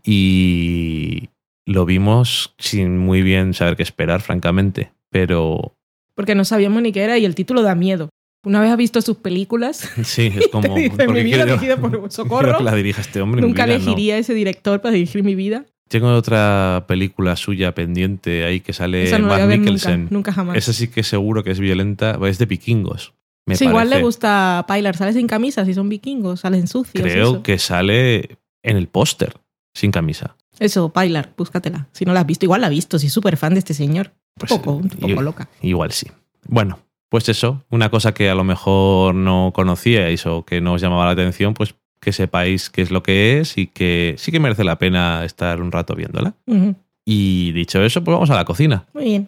Y lo vimos sin muy bien saber qué esperar, francamente, pero... Porque no sabíamos ni qué era y el título da miedo. Una vez has visto sus películas... Sí, es como... Dice, mi vida dirigida por Socorro. Quiero que la dirija este hombre. Nunca vida, elegiría no. a ese director para dirigir mi vida. Tengo otra película suya pendiente ahí que sale no Matt Mikkelsen. Nunca, nunca jamás. Esa sí que seguro que es violenta. Es de vikingos. Me sí, parece. igual le gusta a Pilar. Sale sin camisa si son vikingos. Salen sucios. Creo eso. que sale en el póster sin camisa. Eso, Pilar, búscatela. Si no la has visto, igual la has visto, si es súper fan de este señor. Pues, un poco, un poco igual, loca. Igual sí. Bueno, pues eso, una cosa que a lo mejor no conocíais o que no os llamaba la atención, pues que sepáis qué es lo que es y que sí que merece la pena estar un rato viéndola. Uh-huh. Y dicho eso, pues vamos a la cocina. Muy bien.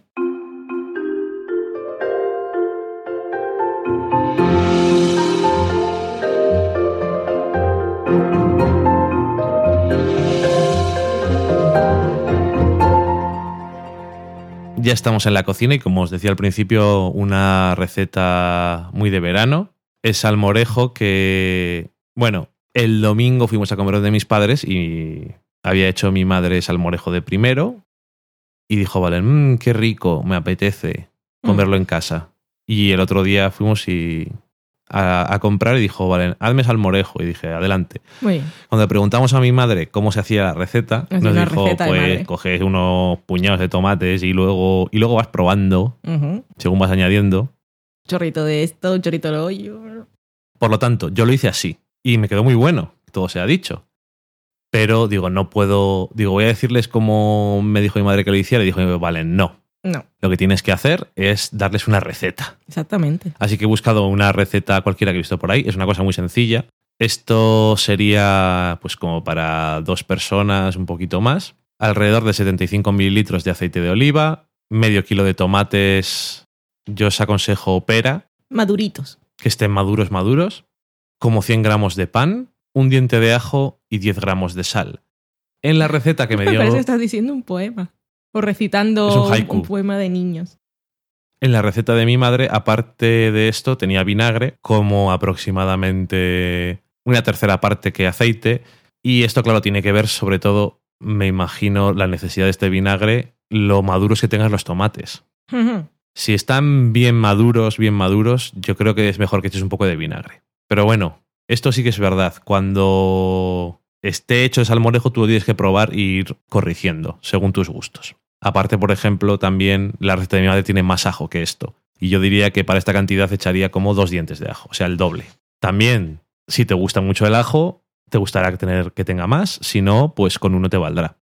Ya estamos en la cocina y como os decía al principio, una receta muy de verano. Es salmorejo que, bueno, el domingo fuimos a comer donde mis padres y había hecho mi madre salmorejo de primero y dijo, vale, mmm, qué rico, me apetece comerlo mm. en casa. Y el otro día fuimos y a, a comprar y dijo, vale, hazme salmorejo. Y dije, adelante. Muy bien. Cuando le preguntamos a mi madre cómo se hacía la receta, es nos una dijo, receta pues coges unos puñados de tomates y luego, y luego vas probando, uh-huh. según vas añadiendo. Un chorrito de esto, un chorrito de hoyo. Por lo tanto, yo lo hice así y me quedó muy bueno, todo se ha dicho. Pero digo, no puedo, digo, voy a decirles cómo me dijo mi madre que lo hiciera y dijo, vale, no. No. Lo que tienes que hacer es darles una receta. Exactamente. Así que he buscado una receta cualquiera que he visto por ahí. Es una cosa muy sencilla. Esto sería pues como para dos personas, un poquito más. Alrededor de setenta y cinco mililitros de aceite de oliva, medio kilo de tomates. Yo os aconsejo pera. Maduritos. Que estén maduros, maduros. Como cien gramos de pan, un diente de ajo y diez gramos de sal. En la receta que me dio... Parece que estás diciendo un poema. O recitando un, haiku. un poema de niños. En la receta de mi madre, aparte de esto, tenía vinagre, como aproximadamente una tercera parte que aceite. Y esto, claro, tiene que ver sobre todo, me imagino, la necesidad de este vinagre, lo maduros que tengas los tomates. Uh-huh. Si están bien maduros, bien maduros, yo creo que es mejor que eches un poco de vinagre. Pero bueno, esto sí que es verdad. Cuando esté hecho el salmorejo, tú lo tienes que probar e ir corrigiendo, según tus gustos. Aparte, por ejemplo, también la receta de mi madre tiene más ajo que esto. Y yo diría que para esta cantidad echaría como dos dientes de ajo, o sea, el doble. También, si te gusta mucho el ajo, te gustará tener que tenga más. Si no, pues con uno te valdrá.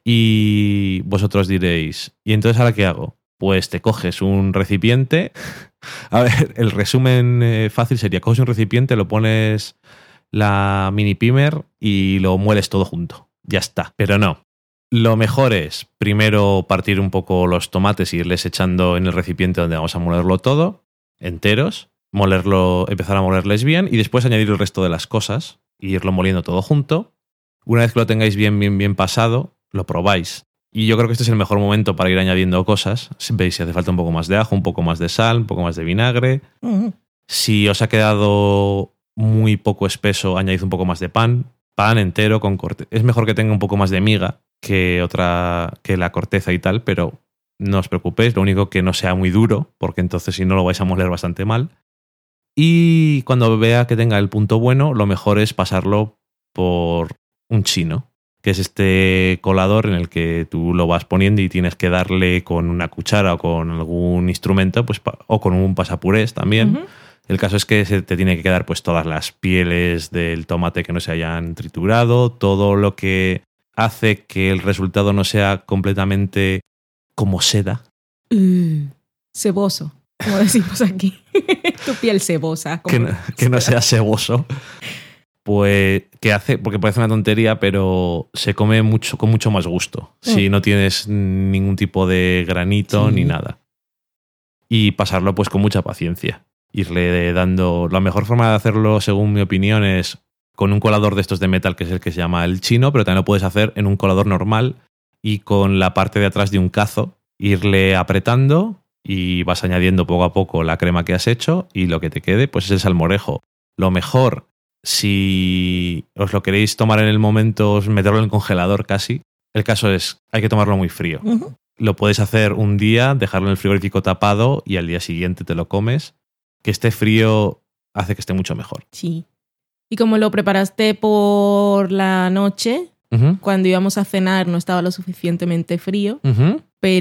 Y vosotros diréis, ¿y entonces ahora qué hago? Pues te coges un recipiente. A ver, el resumen eh, fácil sería, coges un recipiente, lo pones la mini pimer y lo mueles todo junto. Ya está. Pero no. Lo mejor es primero partir un poco los tomates y irles echando en el recipiente donde vamos a molerlo todo, enteros, molerlo, empezar a molerles bien y después añadir el resto de las cosas e irlo moliendo todo junto. Una vez que lo tengáis bien, bien, bien pasado, lo probáis Y yo creo que este es el mejor momento para ir añadiendo cosas. Veis si hace falta un poco más de ajo, un poco más de sal, un poco más de vinagre. Uh-huh. Si os ha quedado muy poco espeso, añadid un poco más de pan. Pan entero con corte. Es mejor que tenga un poco más de miga que otra, que la corteza y tal, pero no os preocupéis. Lo único que no sea muy duro, porque entonces si no lo vais a moler bastante mal. Y cuando vea que tenga el punto bueno, lo mejor es pasarlo por un chino, que es este colador en el que tú lo vas poniendo y tienes que darle con una cuchara o con algún instrumento, pues, o con un pasapurés también. Uh-huh. El caso es que se te tiene que quedar pues todas las pieles del tomate que no se hayan triturado, todo lo que hace que el resultado no sea completamente como seda. Uh, ceboso, como decimos aquí. Tu piel cebosa. Que no, que no sea ceboso. Pues que hace, porque parece una tontería, pero se come mucho con mucho más gusto. Mm. Si no tienes ningún tipo de granito sí. ni nada. Y pasarlo pues con mucha paciencia. Irle dando... La mejor forma de hacerlo, según mi opinión, es con un colador de estos de metal, que es el que se llama el chino, pero también lo puedes hacer en un colador normal y con la parte de atrás de un cazo, irle apretando y vas añadiendo poco a poco la crema que has hecho y lo que te quede pues es el salmorejo. Lo mejor... Si os lo queréis tomar en el momento, meterlo en el congelador casi. El caso es, hay que tomarlo muy frío. Uh-huh. Lo puedes hacer un día, dejarlo en el frigorífico tapado y al día siguiente te lo comes. Que esté frío hace que esté mucho mejor. Sí. Y como lo preparaste por la noche, uh-huh. cuando íbamos a cenar no estaba lo suficientemente frío, uh-huh.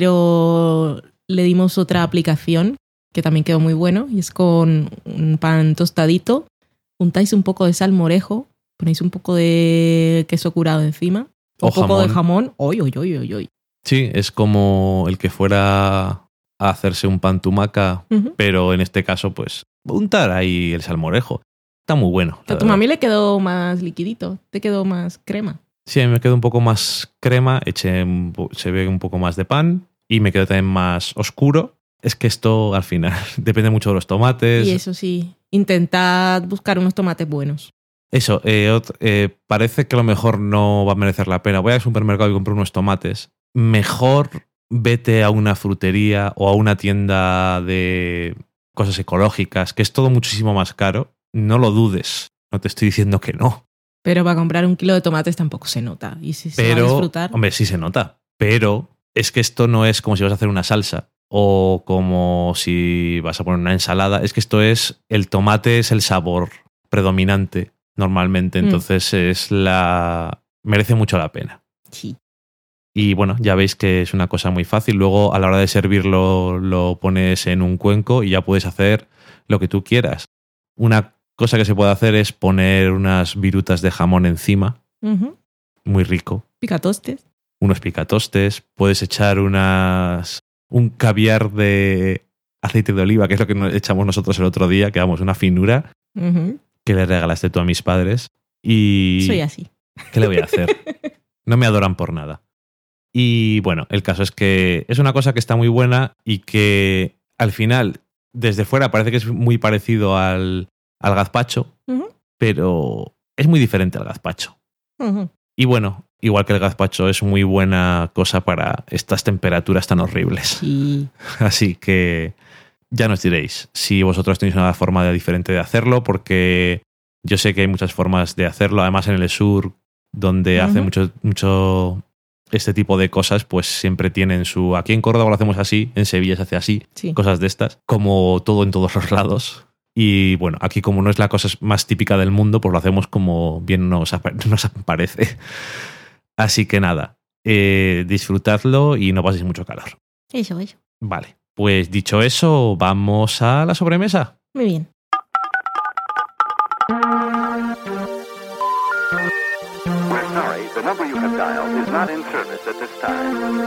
pero le dimos otra aplicación que también quedó muy bueno y es con un pan tostadito. Juntáis un poco de salmorejo, ponéis un poco de queso curado encima, o un jamón. poco de jamón. ¡Oy, oy, oy, oy, oy! Sí, es como el que fuera a hacerse un pan tumaca, uh-huh. pero en este caso, pues, untar ahí el salmorejo. Está muy bueno. A tu mami le quedó más liquidito, te quedó más crema. Sí, a mí me quedó un poco más crema, eché, se ve un poco más de pan y me quedó también más oscuro. Es que esto, al final, depende mucho de los tomates. Y eso sí, intentad buscar unos tomates buenos. Eso, eh, eh, parece que a lo mejor no va a merecer la pena. Voy al supermercado y compro unos tomates. Mejor vete a una frutería o a una tienda de cosas ecológicas, que es todo muchísimo más caro. No lo dudes, no te estoy diciendo que no. Pero para comprar un kilo de tomates tampoco se nota. Y si se pero, va a disfrutar... Hombre, sí se nota. Pero es que esto no es como si vas a hacer una salsa. O como si vas a poner una ensalada. Es que esto es... El tomate es el sabor predominante normalmente. Entonces mm. es la... merece mucho la pena. Sí. Y bueno, ya veis que es una cosa muy fácil. Luego a la hora de servirlo lo pones en un cuenco y ya puedes hacer lo que tú quieras. Una cosa que se puede hacer es poner unas virutas de jamón encima. Uh-huh. Muy rico. Picatostes. Unos picatostes. Puedes echar unas... un caviar de aceite de oliva, que es lo que echamos nosotros el otro día, que vamos, una finura uh-huh. que le regalaste tú a mis padres. Y soy así. ¿Qué le voy a hacer? No me adoran por nada. Y bueno, el caso es que es una cosa que está muy buena y que al final, desde fuera, parece que es muy parecido al, al gazpacho, uh-huh. pero es muy diferente al gazpacho. Uh-huh. Y bueno, igual que el gazpacho, es muy buena cosa para estas temperaturas tan horribles. Sí. Así que ya nos diréis si vosotros tenéis una forma diferente de hacerlo, porque yo sé que hay muchas formas de hacerlo. Además, en el sur, donde uh-huh. hace mucho, mucho este tipo de cosas, pues siempre tienen su... Aquí en Córdoba lo hacemos así, en Sevilla se hace así, sí. cosas de estas, como todo en todos los lados. Y bueno, aquí como no es la cosa más típica del mundo, pues lo hacemos como bien nos, nos parece. Así que nada, eh, disfrutadlo y no paséis mucho calor. Eso, eso. Vale, pues dicho eso, vamos a la sobremesa. Muy bien. We're sorry, the number you have dialed is not in service at this time.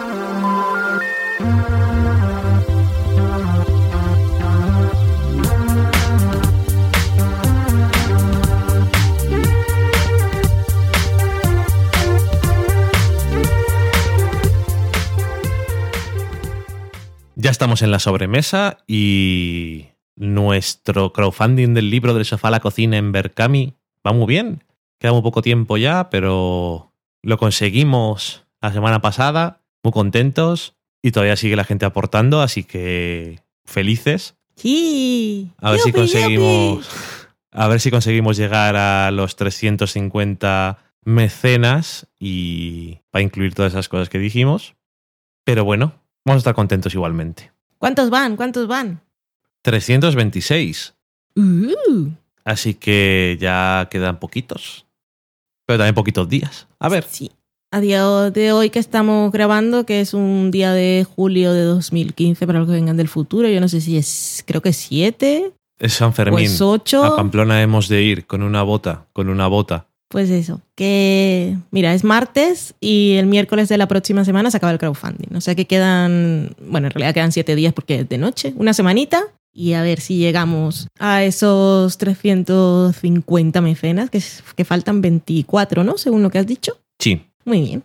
Ya estamos en la sobremesa y nuestro crowdfunding del libro del sofá a la cocina en Berkami va muy bien. Queda muy poco tiempo ya, pero lo conseguimos la semana pasada muy contentos y todavía sigue la gente aportando, así que felices. Sí. A ver si Yupi, conseguimos yupi. a ver si conseguimos llegar a los trescientos cincuenta mecenas y para incluir todas esas cosas que dijimos. Pero bueno, vamos a estar contentos igualmente. ¿Cuántos van? ¿Cuántos van? trescientos veintiséis. Uh, Así que ya quedan poquitos. Pero también poquitos días. A ver. sí. A día de hoy que estamos grabando, que es un día de julio de dos mil quince para los que vengan del futuro, yo no sé si es, creo que es siete Es San o Fermín. es ocho. A Pamplona hemos de ir con una bota, con una bota. Pues eso, que mira, es martes y el miércoles de la próxima semana se acaba el crowdfunding. O sea que quedan, bueno, en realidad quedan siete días porque es de noche, una semanita. Y a ver si llegamos a esos trescientos cincuenta mecenas, que, que faltan veinticuatro, ¿no? Según lo que has dicho. Sí. Muy bien.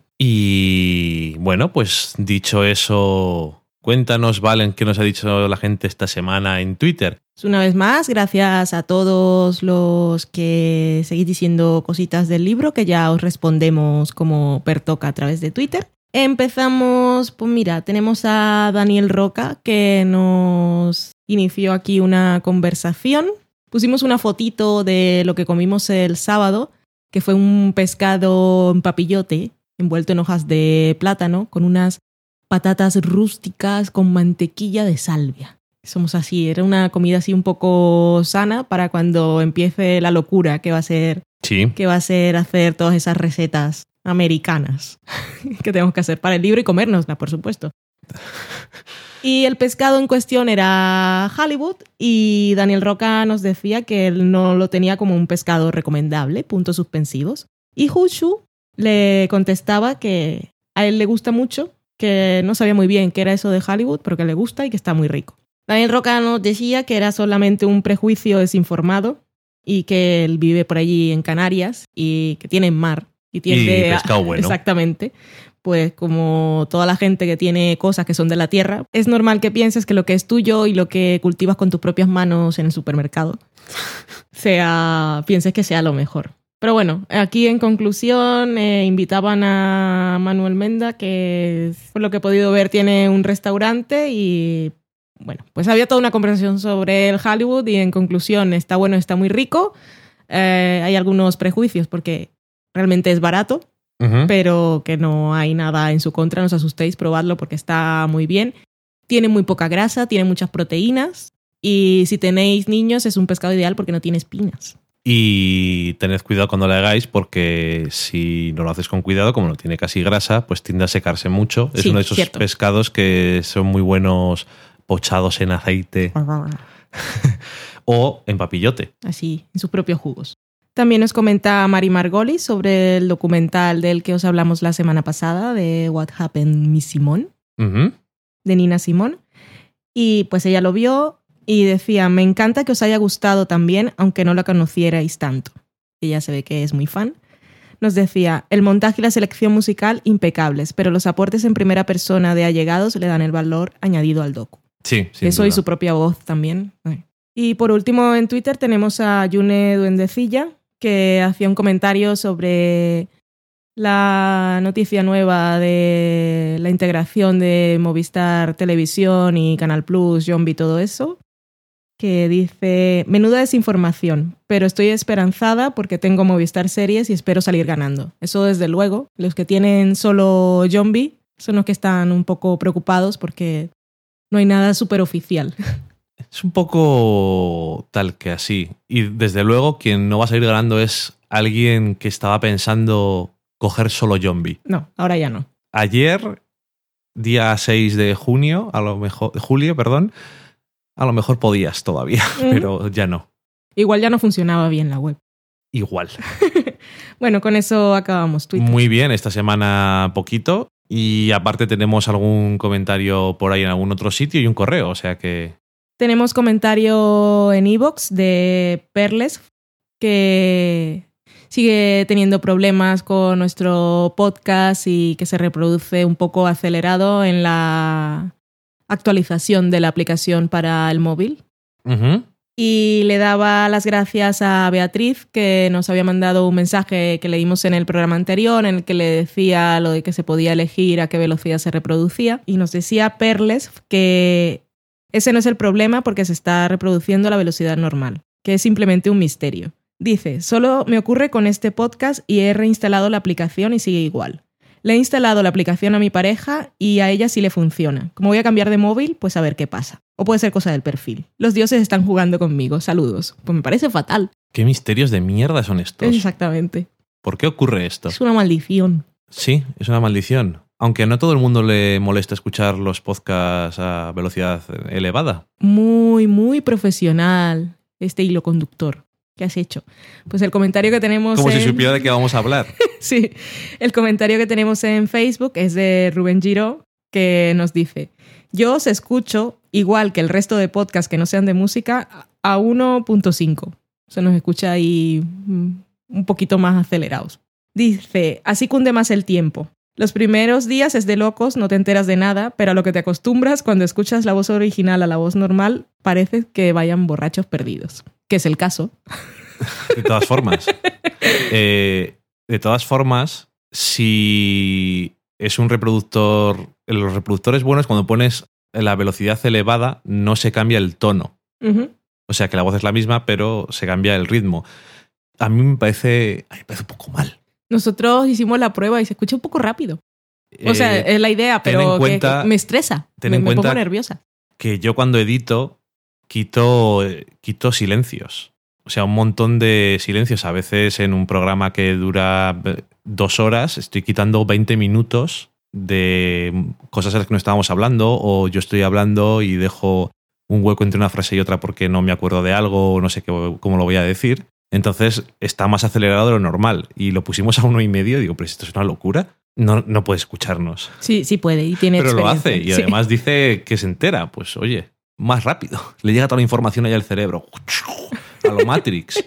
Y bueno, pues dicho eso, cuéntanos, Valen, qué nos ha dicho la gente esta semana en Twitter. Una vez más, gracias a todos los que seguís diciendo cositas del libro, que ya os respondemos como pertoca a través de Twitter. Empezamos, pues mira, tenemos a Daniel Roca, que nos inició aquí una conversación. Pusimos una fotito de lo que comimos el sábado, que fue un pescado en papillote, envuelto en hojas de plátano, con unas patatas rústicas con mantequilla de salvia. Somos así, era una comida así un poco sana para cuando empiece la locura que va a ser, Sí. que va a ser hacer todas esas recetas americanas que tenemos que hacer para el libro y comérnosla, por supuesto. Y el pescado en cuestión era Hollywood y Daniel Roca nos decía que él no lo tenía como un pescado recomendable, puntos suspensivos. Y Hushu le contestaba que a él le gusta mucho, que no sabía muy bien qué era eso de Hollywood, pero que le gusta y que está muy rico. Daniel Roca nos decía que era solamente un prejuicio desinformado y que él vive por allí en Canarias y que tiene mar. Y, tiende Y pescado a, bueno. Exactamente. Pues como toda la gente que tiene cosas que son de la tierra, es normal que pienses que lo que es tuyo y lo que cultivas con tus propias manos en el supermercado sea, pienses que sea lo mejor. Pero bueno, aquí en conclusión eh, invitaban a Manuel Menda, que por lo que he podido ver tiene un restaurante y bueno, pues había toda una conversación sobre el Hollywood y en conclusión está bueno, está muy rico. Eh, hay algunos prejuicios porque realmente es barato, Uh-huh. pero que no hay nada en su contra, no os asustéis, probadlo porque está muy bien. Tiene muy poca grasa, tiene muchas proteínas y si tenéis niños es un pescado ideal porque no tiene espinas. Y tened cuidado cuando lo hagáis porque si no lo haces con cuidado, como no tiene casi grasa, pues tiende a secarse mucho. Es Sí, uno de esos cierto. pescados que son muy buenos pochados en aceite o en papillote. Así, en sus propios jugos. También nos comenta Mari Margolis sobre el documental del que os hablamos la semana pasada, de What Happened Miss Simone, Uh-huh. de Nina Simone. Y pues ella lo vio y decía, me encanta que os haya gustado también, aunque no la conocierais tanto. Ella se ve que es muy fan. Nos decía, el montaje y la selección musical impecables, pero los aportes en primera persona de allegados le dan el valor añadido al docu. Sí, sin Eso y duda. su propia voz también. Y por último en Twitter tenemos a Yune Duendecilla, que hacía un comentario sobre la noticia nueva de la integración de Movistar Televisión y Canal Plus, Yombi y todo eso, que dice, menuda desinformación, pero estoy esperanzada porque tengo Movistar Series y espero salir ganando. Eso desde luego. Los que tienen solo Yombi son los que están un poco preocupados porque no hay nada súper oficial. Es un poco tal que así. Y desde luego quien no va a salir ganando es alguien que estaba pensando coger solo Yombi. No, ahora ya no. Ayer, día seis de junio, a lo mejor, de julio, perdón, a lo mejor podías todavía, Mm. pero ya no. Igual ya no funcionaba bien la web. Igual. Bueno, con eso acabamos Twitter. Muy bien, esta semana poquito. Y aparte tenemos algún comentario por ahí en algún otro sitio y un correo, o sea que... Tenemos comentario en iVoox de Perles, que sigue teniendo problemas con nuestro podcast y que se reproduce un poco acelerado en la actualización de la aplicación para el móvil. Uh-huh. Y le daba las gracias a Beatriz, que nos había mandado un mensaje que leímos en el programa anterior, en el que le decía lo de que se podía elegir a qué velocidad se reproducía. Y nos decía Perles que ese no es el problema porque se está reproduciendo a la velocidad normal, que es simplemente un misterio. Dice, solo me ocurre con este podcast y he reinstalado la aplicación y sigue igual. Le he instalado la aplicación a mi pareja y a ella sí le funciona. Como voy a cambiar de móvil, pues a ver qué pasa. O puede ser cosa del perfil. Los dioses están jugando conmigo. Saludos. Pues me parece fatal. ¿Qué misterios de mierda son estos? Exactamente. ¿Por qué ocurre esto? Es una maldición. Sí, es una maldición. Aunque no a todo el mundo le molesta escuchar los podcasts a velocidad elevada. Muy, muy profesional este hilo conductor. ¿Qué has hecho? Pues el comentario que tenemos Como en... si supiera de qué vamos a hablar. Sí, el comentario que tenemos en Facebook es de Rubén Giró, que nos dice: yo os escucho, igual que el resto de podcasts que no sean de música, a uno punto cinco. Se nos escucha ahí un poquito más acelerados. Dice, así cunde más el tiempo. Los primeros días es de locos, no te enteras de nada, pero a lo que te acostumbras cuando escuchas la voz original a la voz normal, parece que vayan borrachos perdidos. Que es el caso. De todas formas. Eh, de todas formas, si es un reproductor... Los reproductores buenos, cuando pones la velocidad elevada, no se cambia el tono. Uh-huh. O sea, que la voz es la misma, pero se cambia el ritmo. A mí me parece, a mí me parece un poco mal. Nosotros hicimos la prueba y se escucha un poco rápido. O eh, sea, es la idea, pero cuenta, que, que me estresa. Ten me, en me cuenta pongo nerviosa. Que yo cuando edito quito, quito silencios. O sea, un montón de silencios. A veces en un programa que dura dos horas estoy quitando veinte minutos de cosas a las que no estábamos hablando, o yo estoy hablando y dejo un hueco entre una frase y otra porque no me acuerdo de algo o no sé qué, cómo lo voy a decir. Entonces está más acelerado de lo normal. Y lo pusimos a uno y medio y digo, pero esto es una locura. No, no puede escucharnos. Sí, sí puede y tiene Pero lo hace y sí. además dice que se entera. Pues oye, más rápido. Le llega toda la información allá al cerebro. A lo Matrix.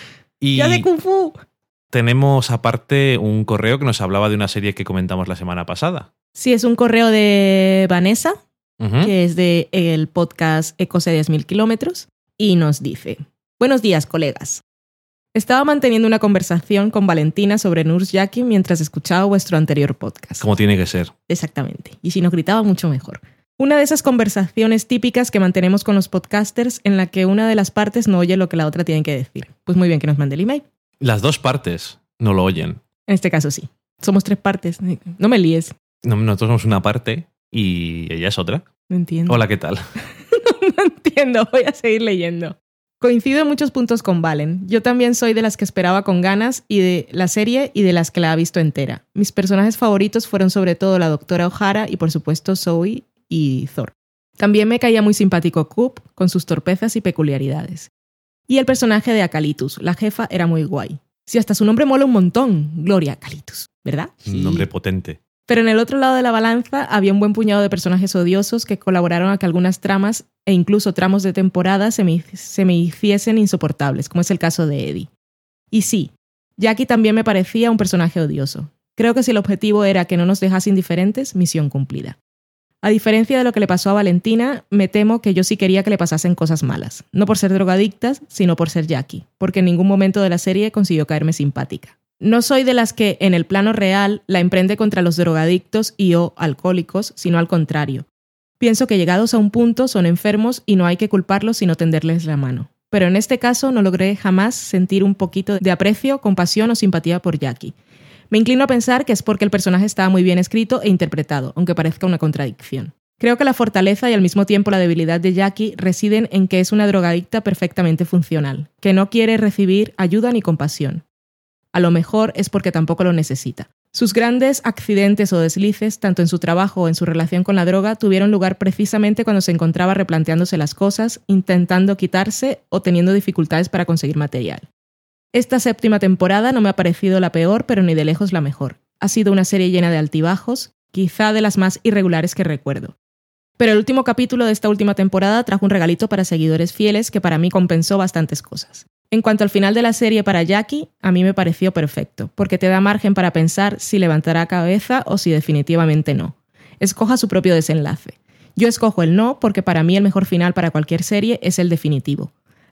Y ¡ya de Kung Fu! Tenemos aparte un correo que nos hablaba de una serie que comentamos la semana pasada. Sí, es un correo de Vanessa, uh-huh. que es de el podcast Ecos a diez mil kilómetros, y nos dice: buenos días, colegas. Estaba manteniendo una conversación con Valentina sobre Nurse Jackie mientras escuchaba vuestro anterior podcast. Como tiene que ser. Exactamente. Y si nos gritaba, mucho mejor. Una de esas conversaciones típicas que mantenemos con los podcasters en la que una de las partes no oye lo que la otra tiene que decir. Pues muy bien que nos mande el email. Las dos partes no lo oyen. En este caso sí. Somos tres partes. No me líes. No, nosotros somos una parte y ella es otra. No entiendo. Hola, ¿qué tal? no, no entiendo. Voy a seguir leyendo. Coincido en muchos puntos con Valen. Yo también soy de las que esperaba con ganas y de la serie y de las que la ha visto entera. Mis personajes favoritos fueron sobre todo la doctora O'Hara y por supuesto Zoe y Thor. También me caía muy simpático Coop con sus torpezas y peculiaridades. Y el personaje de Acalitus, la jefa, era muy guay. Sí, hasta su nombre mola un montón. Gloria Acalitus, ¿verdad? Un sí. nombre potente. Pero en el otro lado de la balanza había un buen puñado de personajes odiosos que colaboraron a que algunas tramas e incluso tramos de temporada se me, se me hiciesen insoportables, como es el caso de Eddie. Y sí, Jackie también me parecía un personaje odioso. Creo que si el objetivo era que no nos dejase indiferentes, misión cumplida. A diferencia de lo que le pasó a Valentina, me temo que yo sí quería que le pasasen cosas malas. No por ser drogadictas, sino por ser Jackie, porque en ningún momento de la serie consiguió caerme simpática. No soy de las que, en el plano real, la emprende contra los drogadictos y o alcohólicos, sino al contrario. Pienso que llegados a un punto son enfermos y no hay que culparlos sino tenderles la mano. Pero en este caso no logré jamás sentir un poquito de aprecio, compasión o simpatía por Jackie. Me inclino a pensar que es porque el personaje estaba muy bien escrito e interpretado, aunque parezca una contradicción. Creo que la fortaleza y al mismo tiempo la debilidad de Jackie residen en que es una drogadicta perfectamente funcional, que no quiere recibir ayuda ni compasión. A lo mejor es porque tampoco lo necesita. Sus grandes accidentes o deslices, tanto en su trabajo o en su relación con la droga, tuvieron lugar precisamente cuando se encontraba replanteándose las cosas, intentando quitarse o teniendo dificultades para conseguir material. Esta séptima temporada no me ha parecido la peor, pero ni de lejos la mejor. Ha sido una serie llena de altibajos, quizá de las más irregulares que recuerdo. Pero el último capítulo de esta última temporada trajo un regalito para seguidores fieles que para mí compensó bastantes cosas. En cuanto al final de la serie para Jackie, a mí me pareció perfecto, porque te da margen para pensar si levantará cabeza o si definitivamente no. Escoja su propio desenlace. Yo escojo el no porque para mí el mejor final para cualquier serie es el definitivo.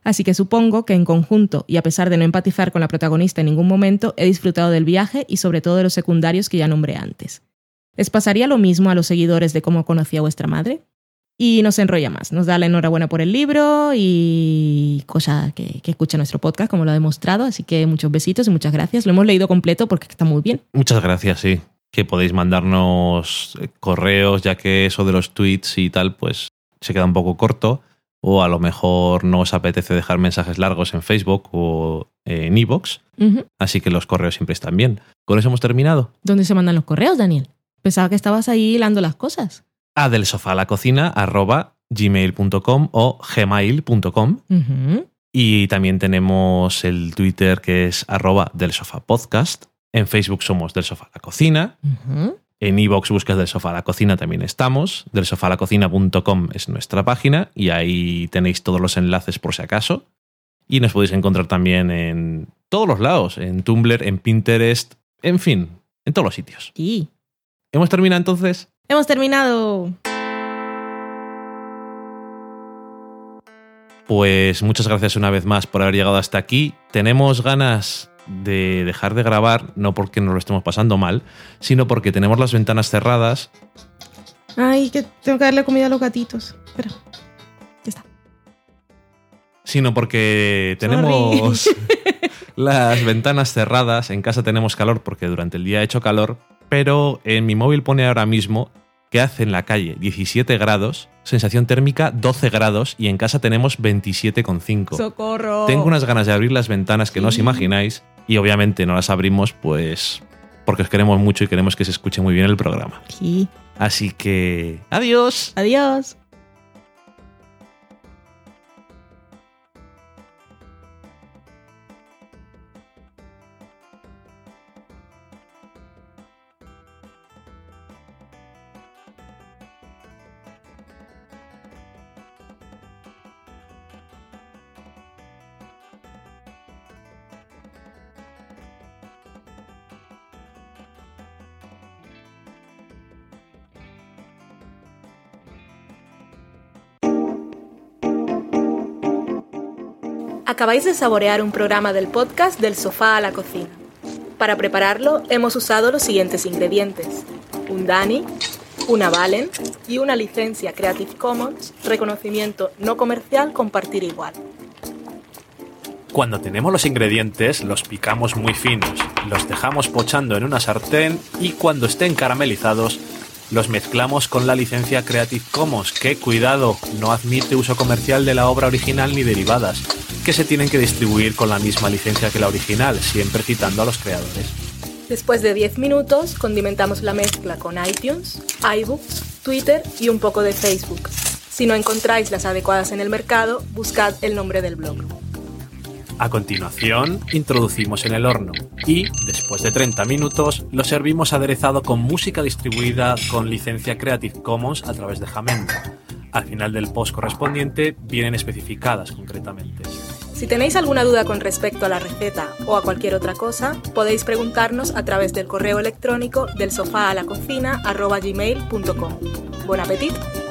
Así que supongo que en conjunto, y a pesar de no empatizar con la protagonista en ningún momento, he disfrutado del viaje y sobre todo de los secundarios que ya nombré antes. ¿Les pasaría lo mismo a los seguidores de Cómo conocí a vuestra madre? Y no se enrolla más, nos da la enhorabuena por el libro y cosa que, que escucha nuestro podcast, como lo ha demostrado, así que muchos besitos y muchas gracias. Lo hemos leído completo porque está muy bien. Muchas gracias, sí. Que podéis mandarnos correos, ya que eso de los tweets y tal, pues se queda un poco corto, o a lo mejor no os apetece dejar mensajes largos en Facebook o en iVoox, Uh-huh. así que los correos siempre están bien. ¿Con eso hemos terminado? ¿Dónde se mandan los correos, Daniel? Pensaba que estabas ahí hilando las cosas. A del sofá a la cocina arroba gmail punto com o gmail punto com. Uh-huh. Y también tenemos el Twitter que es arroba del sofá podcast. En Facebook somos del sofá a la cocina. Uh-huh. En iVoox buscas del sofá a la cocina, también estamos. del sofá a la cocina punto com es nuestra página y ahí tenéis todos los enlaces por si acaso. Y nos podéis encontrar también en todos los lados, en Tumblr, en Pinterest, en fin, en todos los sitios. Sí. ¿Hemos terminado entonces? ¡Hemos terminado! Pues muchas gracias una vez más por haber llegado hasta aquí. Tenemos ganas de dejar de grabar, no porque nos lo estemos pasando mal, sino porque tenemos las ventanas cerradas. Ay, que tengo que darle comida a los gatitos. Espera, ya está. Sino porque tenemos las ventanas cerradas. En casa tenemos calor porque durante el día ha hecho calor, pero en mi móvil pone ahora mismo que hace en la calle diecisiete grados, sensación térmica doce grados y en casa tenemos veintisiete coma cinco. ¡Socorro! Tengo unas ganas de abrir las ventanas que Sí. no os imagináis y obviamente no las abrimos pues porque os queremos mucho y queremos que se escuche muy bien el programa. Sí. Así que adiós. Adiós. Acabáis de saborear un programa del podcast Del sofá a la cocina. Para prepararlo hemos usado los siguientes ingredientes: un Dani, una Valen y una licencia Creative Commons, reconocimiento no comercial, compartir igual. Cuando tenemos los ingredientes, los picamos muy finos, los dejamos pochando en una sartén y cuando estén caramelizados, los mezclamos con la licencia Creative Commons, que, cuidado, no admite uso comercial de la obra original ni derivadas, que se tienen que distribuir con la misma licencia que la original, siempre citando a los creadores. Después de diez minutos, condimentamos la mezcla con iTunes, iBooks, Twitter y un poco de Facebook. Si no encontráis las adecuadas en el mercado, buscad el nombre del blog. A continuación, introducimos en el horno y, después de treinta minutos, lo servimos aderezado con música distribuida con licencia Creative Commons a través de Jamendo. Al final del post correspondiente vienen especificadas concretamente. Si tenéis alguna duda con respecto a la receta o a cualquier otra cosa, podéis preguntarnos a través del correo electrónico del sofá a la cocina arroba gmail punto com. ¡Buen apetito!